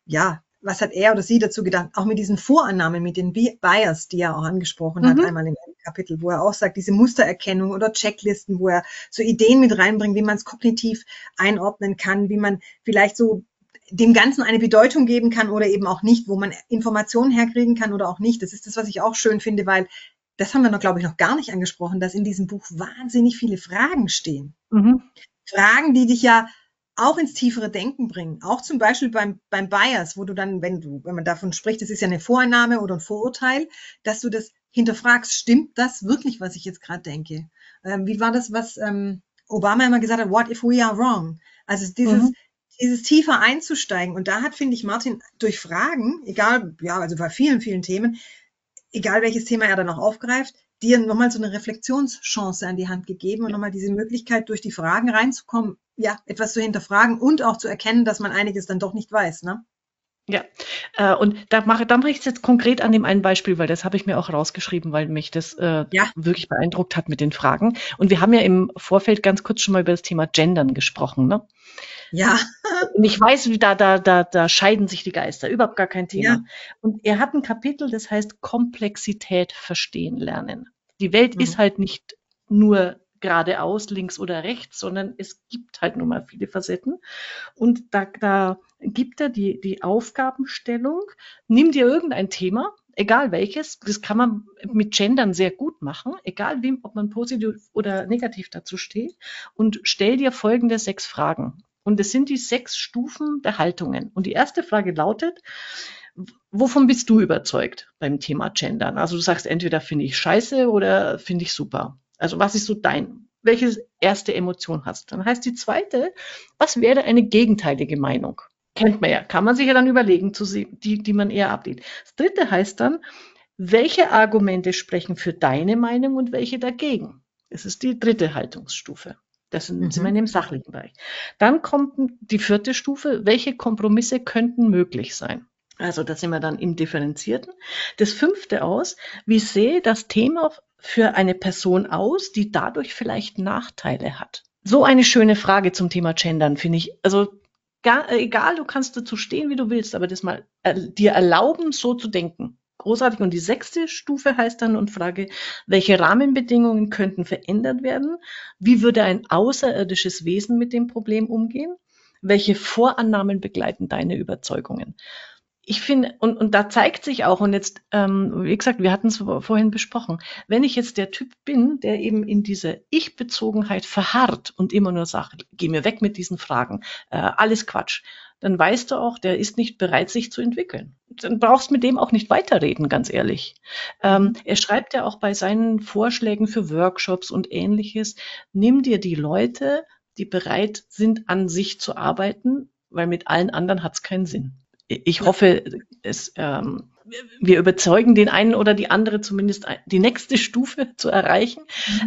B: was hat er oder sie dazu gedacht? Auch mit diesen Vorannahmen, mit den Bias, die er auch angesprochen hat, einmal im Kapitel, wo er auch sagt, diese Mustererkennung oder Checklisten, wo er so Ideen mit reinbringt, wie man es kognitiv einordnen kann, wie man vielleicht so dem Ganzen eine Bedeutung geben kann oder eben auch nicht, wo man Informationen herkriegen kann oder auch nicht. Das ist das, was ich auch schön finde, weil das haben wir noch, glaube ich, noch gar nicht angesprochen, dass in diesem Buch wahnsinnig viele Fragen stehen. Fragen, die dich ja auch ins tiefere Denken bringen. Auch zum Beispiel beim Bias, wo du dann, wenn man davon spricht, das ist ja eine Vorannahme oder ein Vorurteil, dass du das hinterfragst, stimmt das wirklich, was ich jetzt gerade denke? Wie war das, was Obama immer gesagt hat, what if we are wrong? Also dieses tiefer einzusteigen. Und da hat, finde ich, Martin durch Fragen, egal, also bei vielen, vielen Themen, egal welches Thema er dann auch aufgreift, dir nochmal so eine Reflexionschance an die Hand gegeben und nochmal diese Möglichkeit, durch die Fragen reinzukommen, etwas zu hinterfragen und auch zu erkennen, dass man einiges dann doch nicht weiß, ne?
A: Ja, und da mache ich es jetzt konkret an dem einen Beispiel, weil das habe ich mir auch rausgeschrieben, weil mich das wirklich beeindruckt hat mit den Fragen. Und wir haben ja im Vorfeld ganz kurz schon mal über das Thema Gendern gesprochen, ne?
B: Ja.
A: Und ich weiß, wie da scheiden sich die Geister, überhaupt gar kein Thema.
B: Ja.
A: Und er hat ein Kapitel, das heißt Komplexität verstehen lernen. Die Welt ist halt nicht nur geradeaus, links oder rechts, sondern es gibt halt nun mal viele Facetten. Und da gibt er die Aufgabenstellung, nimm dir irgendein Thema, egal welches, das kann man mit Gendern sehr gut machen, egal wem, ob man positiv oder negativ dazu steht, und stell dir folgende 6 Fragen. Und es sind die 6 Stufen der Haltungen. Und die erste Frage lautet, wovon bist du überzeugt beim Thema Gendern? Also du sagst, entweder finde ich scheiße oder finde ich super. Also was ist so welche erste Emotion hast? Dann heißt die zweite, was wäre eine gegenteilige Meinung? Kennt man ja, kann man sich ja dann überlegen, die man eher ablehnt. Das dritte heißt dann, welche Argumente sprechen für deine Meinung und welche dagegen? Das ist die dritte Haltungsstufe. Das sind wir in dem sachlichen Bereich. Dann kommt die vierte Stufe, welche Kompromisse könnten möglich sein? Also da sind wir dann im Differenzierten. Das fünfte aus, wie sehe das Thema für eine Person aus, die dadurch vielleicht Nachteile hat? So eine schöne Frage zum Thema Gendern, finde ich. Also egal, du kannst dazu stehen, wie du willst, aber das mal dir erlauben, so zu denken. Großartig. Und die sechste Stufe heißt dann und Frage, welche Rahmenbedingungen könnten verändert werden? Wie würde ein außerirdisches Wesen mit dem Problem umgehen? Welche Vorannahmen begleiten deine Überzeugungen? Ich finde, und da zeigt sich auch, und jetzt, wie gesagt, wir hatten es vorhin besprochen, wenn ich jetzt der Typ bin, der eben in diese Ich-Bezogenheit verharrt und immer nur sagt, geh mir weg mit diesen Fragen, alles Quatsch, dann weißt du auch, der ist nicht bereit, sich zu entwickeln. Dann brauchst du mit dem auch nicht weiterreden, ganz ehrlich. Er schreibt ja auch bei seinen Vorschlägen für Workshops und Ähnliches, nimm dir die Leute, die bereit sind, an sich zu arbeiten, weil mit allen anderen hat es keinen Sinn. Ich hoffe, wir überzeugen den einen oder die andere zumindest die nächste Stufe zu erreichen.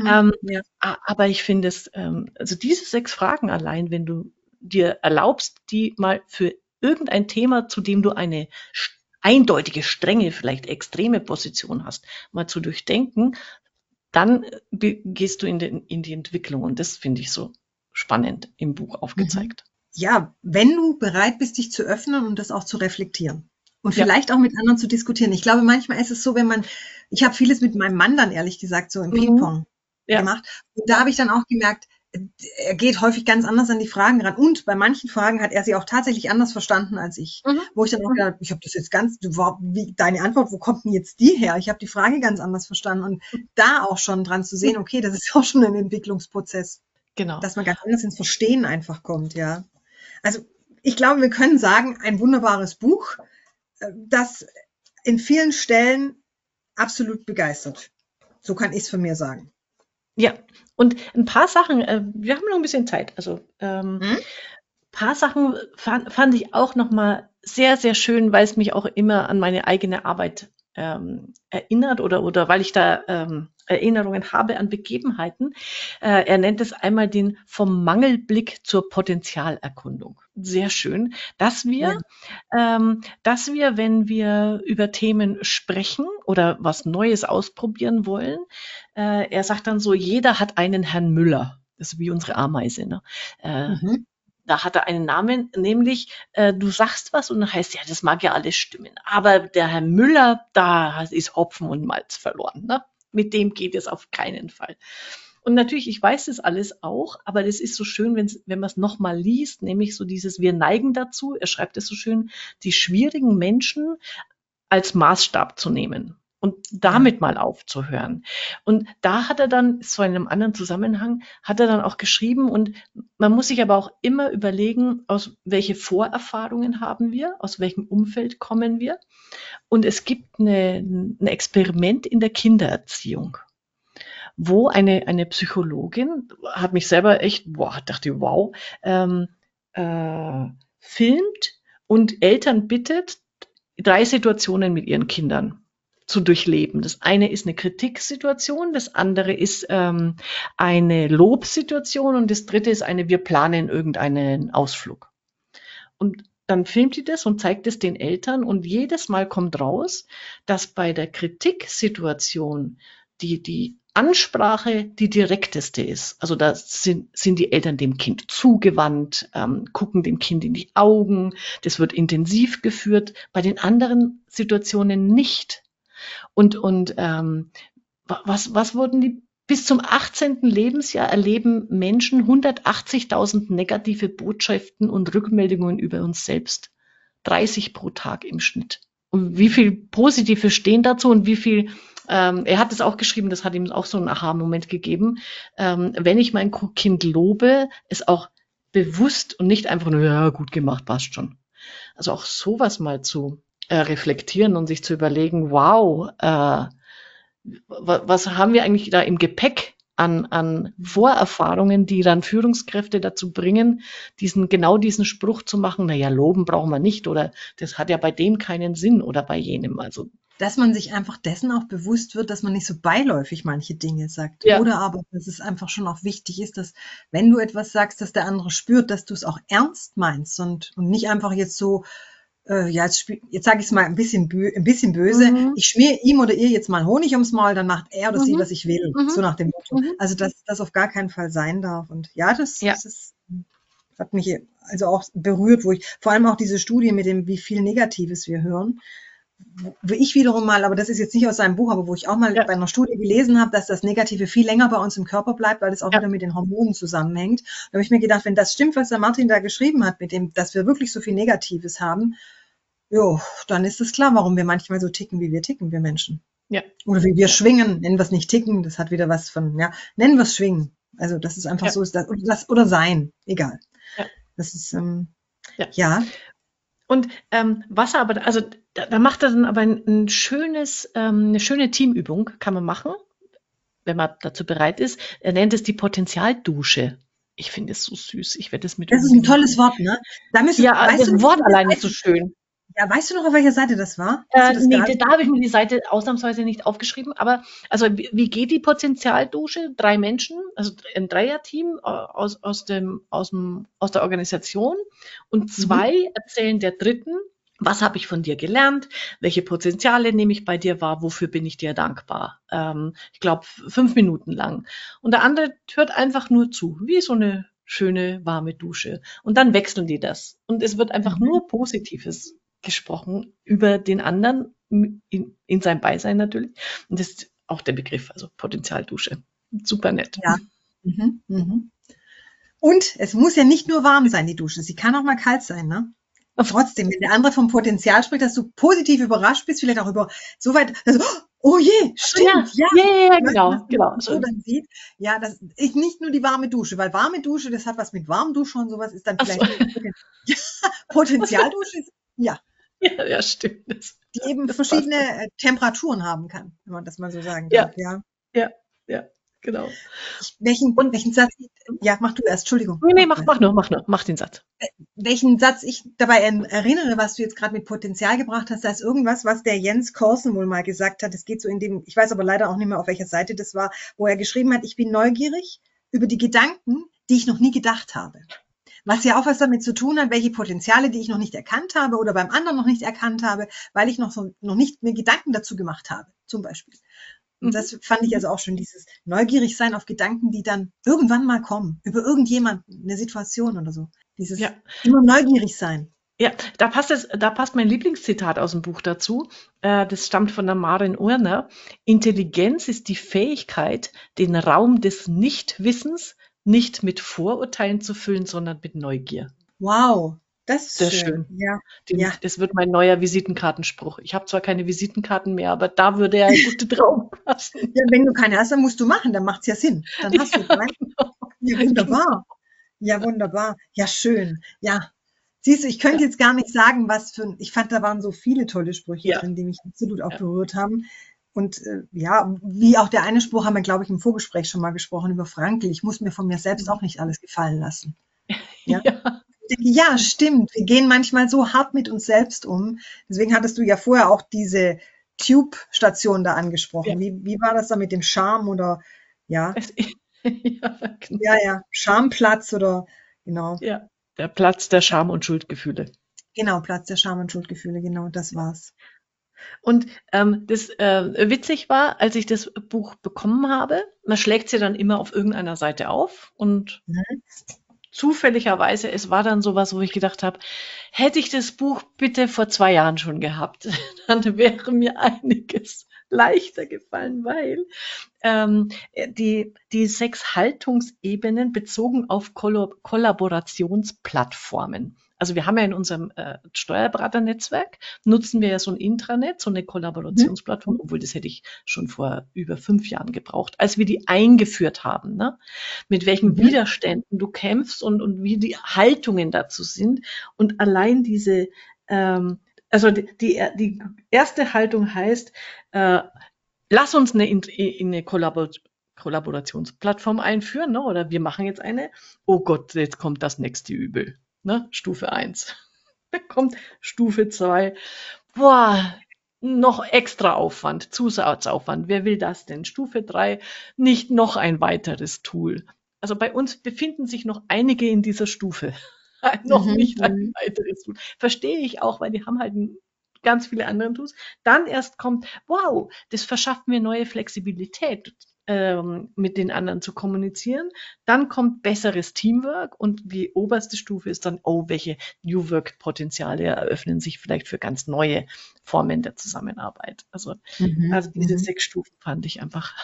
A: Aber ich finde es, also diese 6 Fragen allein, wenn du dir erlaubst, die mal für irgendein Thema, zu dem du eine eindeutige, strenge, vielleicht extreme Position hast, mal zu durchdenken, dann gehst du in die Entwicklung. Und das finde ich so spannend im Buch aufgezeigt.
B: Ja, wenn du bereit bist, dich zu öffnen und das auch zu reflektieren und vielleicht auch mit anderen zu diskutieren. Ich glaube, manchmal ist es so, ich habe vieles mit meinem Mann dann ehrlich gesagt so im Ping-Pong gemacht. Und da habe ich dann auch gemerkt, er geht häufig ganz anders an die Fragen ran. Und bei manchen Fragen hat er sie auch tatsächlich anders verstanden als ich. Wo ich dann auch gedacht, ich habe das jetzt deine Antwort, wo kommt denn jetzt die her? Ich habe die Frage ganz anders verstanden. Und da auch schon dran zu sehen, okay, das ist auch schon ein Entwicklungsprozess.
A: Genau.
B: Dass man ganz anders ins Verstehen einfach kommt, ja. Also ich glaube, wir können sagen, ein wunderbares Buch, das in vielen Stellen absolut begeistert. So kann ich es von mir sagen.
A: Ja, und ein paar Sachen, wir haben noch ein bisschen Zeit, also paar Sachen fand ich auch nochmal sehr, sehr schön, weil es mich auch immer an meine eigene Arbeit erinnert oder weil ich da Erinnerungen habe an Begebenheiten. Er nennt es einmal den vom Mangelblick zur Potenzialerkundung. Sehr schön, dass wir, wenn wir über Themen sprechen oder was Neues ausprobieren wollen, er sagt dann so, jeder hat einen Herrn Müller. Das ist wie unsere Ameise, ne? Da hat er einen Namen, nämlich du sagst was und dann heißt ja, das mag ja alles stimmen. Aber der Herr Müller, da ist Hopfen und Malz verloren. Ne? Mit dem geht es auf keinen Fall. Und natürlich, ich weiß das alles auch, aber das ist so schön, wenn man es nochmal liest, nämlich so dieses, wir neigen dazu, er schreibt es so schön, die schwierigen Menschen als Maßstab zu nehmen und damit mal aufzuhören. Und da hat er dann, so in einem anderen Zusammenhang, hat er dann auch geschrieben und man muss sich aber auch immer überlegen, welche Vorerfahrungen haben wir, aus welchem Umfeld kommen wir. Und es gibt ein Experiment in der Kindererziehung, wo eine Psychologin, hat mich selber echt, dachte, wow, filmt und Eltern bittet, 3 Situationen mit ihren Kindern zu durchleben. Das eine ist eine Kritiksituation, das andere ist eine Lobsituation und das dritte ist wir planen irgendeinen Ausflug. Und dann filmt die das und zeigt es den Eltern und jedes Mal kommt raus, dass bei der Kritiksituation die Ansprache die direkteste ist. Also da sind die Eltern dem Kind zugewandt, gucken dem Kind in die Augen, das wird intensiv geführt, bei den anderen Situationen nicht. Und was wurden die? Bis zum 18. Lebensjahr erleben Menschen 180.000 negative Botschaften und Rückmeldungen über uns selbst. 30 pro Tag im Schnitt. Und wie viel Positive stehen dazu und wie viel, er hat es auch geschrieben, das hat ihm auch so einen Aha-Moment gegeben, wenn ich mein Kind lobe, es auch bewusst und nicht einfach nur, ja, gut gemacht, passt schon. Also auch sowas mal zu reflektieren und sich zu überlegen, wow, was haben wir eigentlich da im Gepäck an Vorerfahrungen, die dann Führungskräfte dazu bringen, genau diesen Spruch zu machen, naja, loben brauchen wir nicht oder das hat ja bei dem keinen Sinn oder bei jenem. Also
B: Dass man sich einfach dessen auch bewusst wird, dass man nicht so beiläufig manche Dinge sagt.
A: ja,
B: Oder aber, dass es einfach schon auch wichtig ist, dass, wenn du etwas sagst, dass der andere spürt, dass du es auch ernst meinst und nicht einfach jetzt so, ja, jetzt sage ich es mal ein bisschen böse,
A: mhm,
B: ich schmier ihm oder ihr jetzt mal Honig ums Maul, dann macht er oder sie,
A: mhm,
B: was ich will.
A: mhm,
B: So nach dem Motto.
A: mhm,
B: Also, dass das auf gar keinen Fall sein darf. Und ja,
A: ja,
B: das ist, hat mich also auch berührt, vor allem auch diese Studie mit dem, wie viel Negatives wir hören, wo ich wiederum mal, aber das ist jetzt nicht aus seinem Buch, aber wo ich auch mal
A: ja,
B: bei einer Studie gelesen habe, dass das Negative viel länger bei uns im Körper bleibt, weil das auch
A: ja,
B: wieder mit den Hormonen zusammenhängt. Da habe ich mir gedacht, wenn das stimmt, was der Martin da geschrieben hat, mit dem, dass wir wirklich so viel Negatives haben, jo, dann ist es klar, warum wir manchmal so ticken, wie wir ticken, wir Menschen.
A: ja,
B: Oder wie wir
A: ja,
B: schwingen, nennen wir es nicht ticken, das hat wieder was von, ja, nennen wir es schwingen. Also das ist einfach
A: ja,
B: so, ist das oder sein, egal.
A: ja,
B: Das ist,
A: ja.
B: ja,
A: Und was er aber, also da macht er dann aber ein schönes, eine schöne Teamübung, kann man machen, wenn man dazu bereit ist. Er nennt es die Potenzialdusche. Ich finde es so süß. Ich werde es mit
B: das ist ein
A: unbedingt
B: tolles
A: machen.
B: Wort, ne?
A: Ja,
B: Weißt du
A: das
B: noch, auf
A: Wort
B: welcher
A: allein ist so
B: Seite,
A: schön.
B: ja, weißt du noch, auf welcher Seite das war? Hast du das
A: Nee,
B: gerade?
A: da habe ich mir die Seite ausnahmsweise nicht aufgeschrieben. Aber also wie geht die Potenzialdusche? 3 Menschen, also ein Dreierteam aus der Organisation und
B: Mhm.
A: 2 erzählen der Dritten, was habe ich von dir gelernt? Welche Potenziale nehme ich bei dir wahr? Wofür bin ich dir dankbar? Ich glaube, 5 Minuten lang. Und der andere hört einfach nur zu, wie so eine schöne warme Dusche. Und dann wechseln die das. Und es wird einfach
B: Mhm.
A: nur Positives gesprochen über den anderen in seinem Beisein natürlich. Und das ist auch der Begriff, also Potenzialdusche. Super nett.
B: Ja. Mhm. Mhm. Und es muss ja nicht nur warm sein, die Dusche. Sie kann auch mal kalt sein, ne? Trotzdem, wenn der andere vom Potenzial spricht, dass du positiv überrascht bist, vielleicht auch über so weit, also, oh je,
A: Ach so, ja,
B: stimmt, ja.
A: ja, ja, ja,
B: Weißt du, dass
A: genau,
B: man das
A: genau.
B: so
A: So,
B: dann sieht, ja, das ist nicht nur die warme Dusche, weil warme Dusche, das hat was mit Warmdusche und sowas, ist dann
A: ach so.
B: vielleicht Potenzialdusche, ist, ja,
A: Ja, ja, stimmt.
B: die eben
A: Das passt.
B: verschiedene Temperaturen haben kann, wenn man das mal so sagen
A: Ja,
B: darf, ja.
A: ja, ja, genau. Und
B: Welchen Satz, ja, mach du erst, Entschuldigung,
A: nee, nee,
B: mach du erst.
A: mach nur, mach den Satz.
B: Welchen Satz ich dabei erinnere, was du jetzt gerade mit Potenzial gebracht hast, da ist irgendwas, was der Jens Korsen wohl mal gesagt hat. Es geht so in dem, ich weiß aber leider auch nicht mehr, auf welcher Seite das war, wo er geschrieben hat, ich bin neugierig über die Gedanken, die ich noch nie gedacht habe. Was ja auch was damit zu tun hat, welche Potenziale, die ich noch nicht erkannt habe oder beim anderen noch nicht erkannt habe, weil ich noch nicht mir Gedanken dazu gemacht habe, zum Beispiel. Und
A: Mhm.
B: das fand ich
A: Mhm.
B: also auch schon, dieses neugierig sein auf Gedanken, die dann irgendwann mal kommen, über irgendjemanden, eine Situation oder so. Dieses
A: Ja,
B: immer neugierig sein.
A: ja, da passt mein Lieblingszitat aus dem Buch dazu. Das stammt von der Maren Urner. Intelligenz ist die Fähigkeit, den Raum des Nichtwissens nicht mit Vorurteilen zu füllen, sondern mit Neugier.
B: Wow, das ist
A: Sehr
B: schön.
A: schön.
B: Ja, ja.
A: Das wird mein neuer Visitenkartenspruch. Ich habe zwar keine Visitenkarten mehr, aber da würde er gut drauf passen.
B: Ja, wenn du keine hast, dann musst du machen, dann macht's ja Sinn. Dann hast du
A: Ja,
B: drei.
A: genau.
B: Ja,
A: Genau.
B: wunderbar. Ja, wunderbar. Ja, schön. Ja. Siehst du, ich könnte
A: Ja,
B: jetzt gar nicht sagen, ich fand, da waren so viele tolle Sprüche
A: ja,
B: drin, die mich absolut auch
A: ja.
B: berührt haben. Und ja, wie auch der eine Spruch haben wir, glaube ich, im Vorgespräch schon mal gesprochen über Frankl. Ich muss mir von mir selbst
A: Mhm.
B: auch nicht alles gefallen lassen. Ja.
A: Ja,
B: Ich denke, ja, stimmt. Wir gehen manchmal so hart mit uns selbst um. Deswegen hattest du ja vorher auch diese Tube-Station da
A: ja.
B: angesprochen. Wie war das da mit dem Charme oder ja,
A: Es, ja,
B: ja,
A: genau.
B: ja, Schamplatz oder genau,
A: Ja. Der Platz der Scham- und Schuldgefühle.
B: genau, Platz der Scham und Schuldgefühle, genau, das war's.
A: Und das witzig war, als ich das Buch bekommen habe, man schlägt sie dann immer auf irgendeiner Seite auf und
B: Mhm.
A: zufälligerweise, es war dann sowas, wo ich gedacht habe, hätte ich das Buch bitte vor 2 Jahren schon gehabt, dann wäre mir einiges leichter gefallen, weil die 6 Haltungsebenen bezogen auf Kollaborationsplattformen. Also wir haben ja in unserem Steuerberaternetzwerk, nutzen wir ja so ein Intranet, so eine
B: Mhm.
A: Kollaborationsplattform, obwohl das hätte ich schon vor über 5 Jahren gebraucht, als wir die eingeführt haben, ne? Mit welchen
B: Mhm.
A: Widerständen du kämpfst und wie die Haltungen dazu sind. Und allein diese ähm, Also die erste Haltung heißt, lass uns eine Kollaborationsplattform einführen, ne? Oder wir machen jetzt eine. Oh Gott, jetzt kommt das nächste Übel. Ne? Stufe 1. Dann kommt Stufe 2. Boah, noch extra Aufwand, Zusatzaufwand. Wer will das denn? Stufe 3, nicht noch ein weiteres Tool. Also bei uns befinden sich noch einige in dieser Stufe. Noch
B: Mhm.
A: nicht ein weiteres Tool. Verstehe ich auch, weil die haben halt ganz viele andere Tools. Dann erst kommt, wow, das verschafft mir neue Flexibilität, mit den anderen zu kommunizieren. Dann kommt besseres Teamwork und die oberste Stufe ist dann, oh, welche New Work-Potenziale eröffnen sich vielleicht für ganz neue Formen der Zusammenarbeit. Also
B: Mhm.
A: diese 6 Stufen fand ich einfach.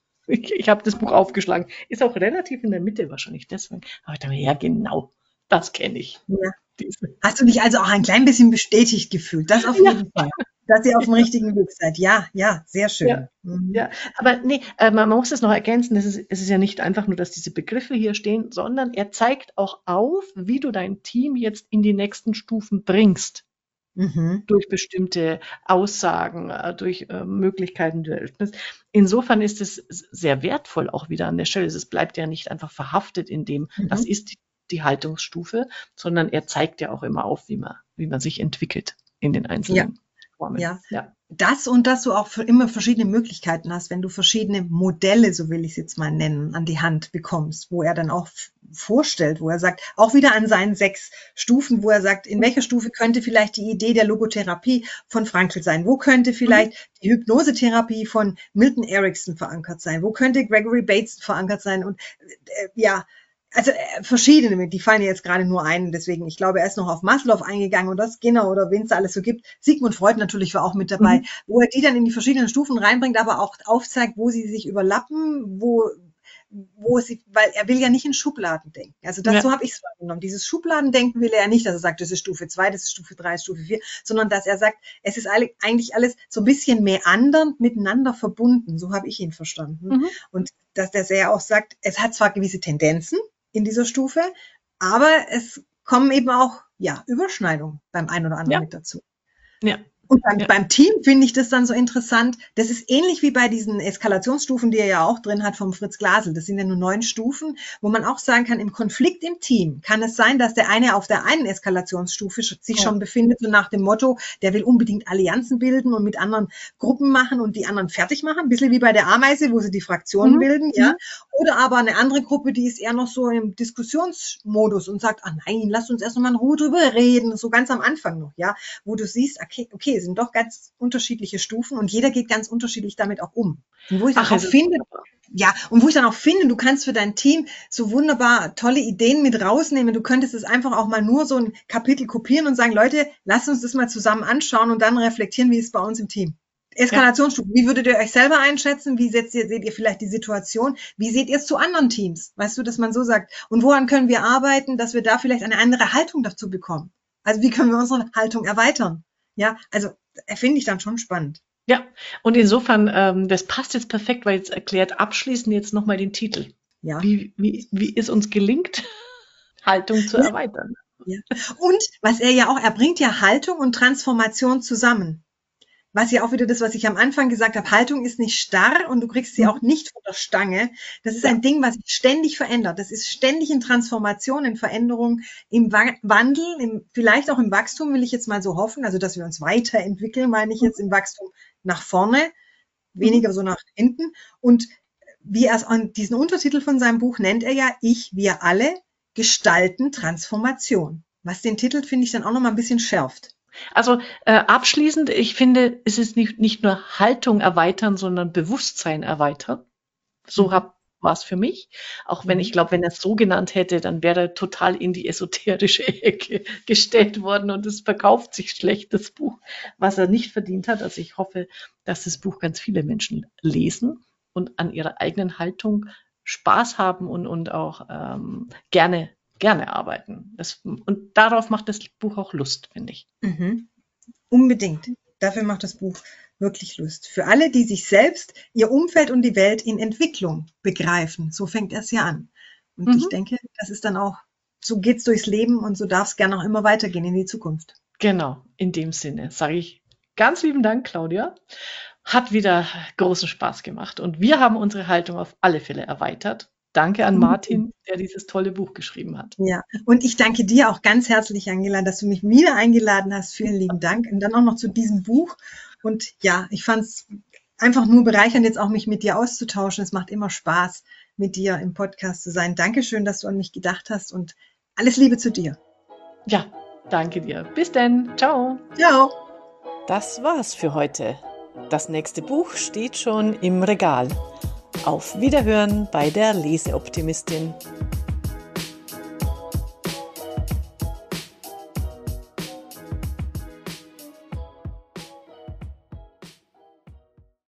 A: Ich habe das Buch aufgeschlagen. Ist auch relativ in der Mitte wahrscheinlich deswegen. Aber ich dachte mir, ja, genau, das kenne ich.
B: Ja.
A: Diese.
B: Hast du dich also auch ein klein bisschen bestätigt gefühlt? Das auf
A: Ja,
B: jeden Fall. Dass ihr auf dem
A: ja,
B: richtigen Weg seid. Ja, ja, sehr
A: ja.
B: schön. Mhm.
A: Ja, aber nee, man muss es noch ergänzen, es ist ja nicht einfach nur, dass diese Begriffe hier stehen, sondern er zeigt auch auf, wie du dein Team jetzt in die nächsten Stufen bringst.
B: Mhm.
A: Durch bestimmte Aussagen, durch Möglichkeiten, die du eröffnest. Insofern ist es sehr wertvoll auch wieder an der Stelle. Es bleibt ja nicht einfach verhaftet in dem, das
B: Mhm.
A: ist die Haltungsstufe, sondern er zeigt ja auch immer auf, wie man sich entwickelt in den
B: Ja,
A: einzelnen Formen.
B: ja.
A: Ja.
B: Das und dass du auch für immer verschiedene Möglichkeiten hast, wenn du verschiedene Modelle, so will ich es jetzt mal nennen, an die Hand bekommst, wo er dann auch vorstellt, wo er sagt, auch wieder an seinen 6 Stufen, wo er sagt, in welcher Stufe könnte vielleicht die Idee der Logotherapie von Frankl sein? Wo könnte
A: Mhm.
B: vielleicht die Hypnosetherapie von Milton Erickson verankert sein? Wo könnte Gregory Bateson verankert sein? Und ja, also verschiedene, die fallen jetzt gerade nur ein, deswegen, ich glaube, er ist noch auf Maslow eingegangen und das Skinner oder wen es da alles so gibt. Sigmund Freud natürlich war auch mit dabei,
A: Mhm.
B: wo er die dann in die verschiedenen Stufen reinbringt, aber auch aufzeigt, wo sie sich überlappen, wo sie, weil er will ja nicht in Schubladen denken. Also das, so
A: Ja.
B: habe ich es wahrgenommen. Dieses Schubladendenken will er nicht, dass er sagt, das ist Stufe 2, das ist Stufe 3, das ist Stufe 4, sondern dass er sagt, es ist eigentlich alles so ein bisschen meandernd miteinander verbunden. So habe ich ihn verstanden.
A: Mhm.
B: Und dass er ja auch sagt, es hat zwar gewisse Tendenzen in dieser Stufe, aber es kommen eben auch ja, Überschneidungen beim einen oder anderen
A: Ja.
B: mit dazu.
A: Ja.
B: Und
A: Ja.
B: beim Team finde ich das dann so interessant. Das ist ähnlich wie bei diesen Eskalationsstufen, die er ja auch drin hat vom Fritz Glasel. Das sind ja nur 9 Stufen, wo man auch sagen kann, im Konflikt im Team kann es sein, dass der eine auf der einen Eskalationsstufe sich
A: Ja.
B: schon befindet, so nach dem Motto, der will unbedingt Allianzen bilden und mit anderen Gruppen machen und die anderen fertig machen. Ein bisschen wie bei der Ameise, wo sie die Fraktionen
A: Mhm.
B: bilden, ja.
A: Mhm.
B: Oder aber eine andere Gruppe, die ist eher noch so im Diskussionsmodus und sagt, ah nein, lasst uns erst noch mal in Ruhe drüber reden, so ganz am Anfang noch, ja, wo du siehst, okay, es sind doch ganz unterschiedliche Stufen und jeder geht ganz unterschiedlich damit auch um. Und wo ich dann
A: Ach,
B: auch
A: es ist
B: finde,
A: wunderbar.
B: ja, und wo ich dann auch finde, du kannst für dein Team so wunderbar tolle Ideen mit rausnehmen. Du könntest es einfach auch mal nur so ein Kapitel kopieren und sagen, Leute, lasst uns das mal zusammen anschauen und dann reflektieren, wie es bei uns im Team.
A: Ja.
B: Eskalationsstufen. Wie würdet ihr euch selber einschätzen? Wie seht ihr vielleicht die Situation? Wie seht ihr es zu anderen Teams? Weißt du, dass man so sagt? Und woran können wir arbeiten, dass wir da vielleicht eine andere Haltung dazu bekommen? Also wie können wir unsere Haltung erweitern? Ja, also finde ich dann schon spannend.
A: Ja. Und insofern, das passt jetzt perfekt, weil jetzt erklärt abschließend jetzt nochmal den Titel.
B: Ja.
A: Wie es uns gelingt, Haltung zu
B: Ja,
A: erweitern.
B: ja. Und was er ja auch, er bringt ja Haltung und Transformation zusammen. Was ja auch wieder das, was ich am Anfang gesagt habe, Haltung ist nicht starr und du kriegst sie auch
A: Mhm.
B: nicht von der Stange. Das ist ein
A: Ja.
B: Ding, was sich ständig verändert. Das ist ständig in Transformation, in Veränderung, im Wandel, vielleicht auch im Wachstum, will ich jetzt mal so hoffen. Also, dass wir uns weiterentwickeln, meine ich jetzt
A: Mhm.
B: im Wachstum nach vorne,
A: Mhm.
B: weniger so nach hinten. Und wie er es an diesen Untertitel von seinem Buch nennt er ja, wir alle gestalten Transformation. Was den Titel, finde ich, dann auch noch mal ein bisschen schärft.
A: Also abschließend, ich finde, es ist nicht nur Haltung erweitern, sondern Bewusstsein erweitern. So
B: Mhm.
A: war es für mich. Auch wenn ich
B: Mhm.
A: glaube, wenn er es so genannt hätte, dann wäre er total in die esoterische Ecke gestellt worden und es verkauft sich schlecht, das Buch, was er nicht verdient hat. Also ich hoffe, dass das Buch ganz viele Menschen lesen und an ihrer eigenen Haltung Spaß haben und auch gerne arbeiten. Und darauf macht das Buch auch Lust, finde ich.
B: Mhm. Unbedingt. Dafür macht das Buch wirklich Lust. Für alle, die sich selbst, ihr Umfeld und die Welt in Entwicklung begreifen. So fängt es ja an. Und ich
A: Mhm.
B: denke, das ist dann auch, so geht's durchs Leben und so darf es gerne auch immer weitergehen in die Zukunft.
A: Genau, in dem Sinne sage ich ganz lieben Dank, Claudia. Hat wieder großen Spaß gemacht und wir haben unsere Haltung auf alle Fälle erweitert. Danke an Martin, der dieses tolle Buch geschrieben hat.
B: Ja, und ich danke dir auch ganz herzlich, Angela, dass du mich wieder eingeladen hast. Vielen lieben Dank. Und dann auch noch zu diesem Buch. Und ja, ich fand es einfach nur bereichernd, jetzt auch mich mit dir auszutauschen. Es macht immer Spaß, mit dir im Podcast zu sein. Dankeschön, dass du an mich gedacht hast und alles Liebe zu dir.
A: Ja, danke dir. Bis denn. Ciao.
B: Ciao.
C: Das war's für heute. Das nächste Buch steht schon im Regal. Auf Wiederhören bei der Leseoptimistin.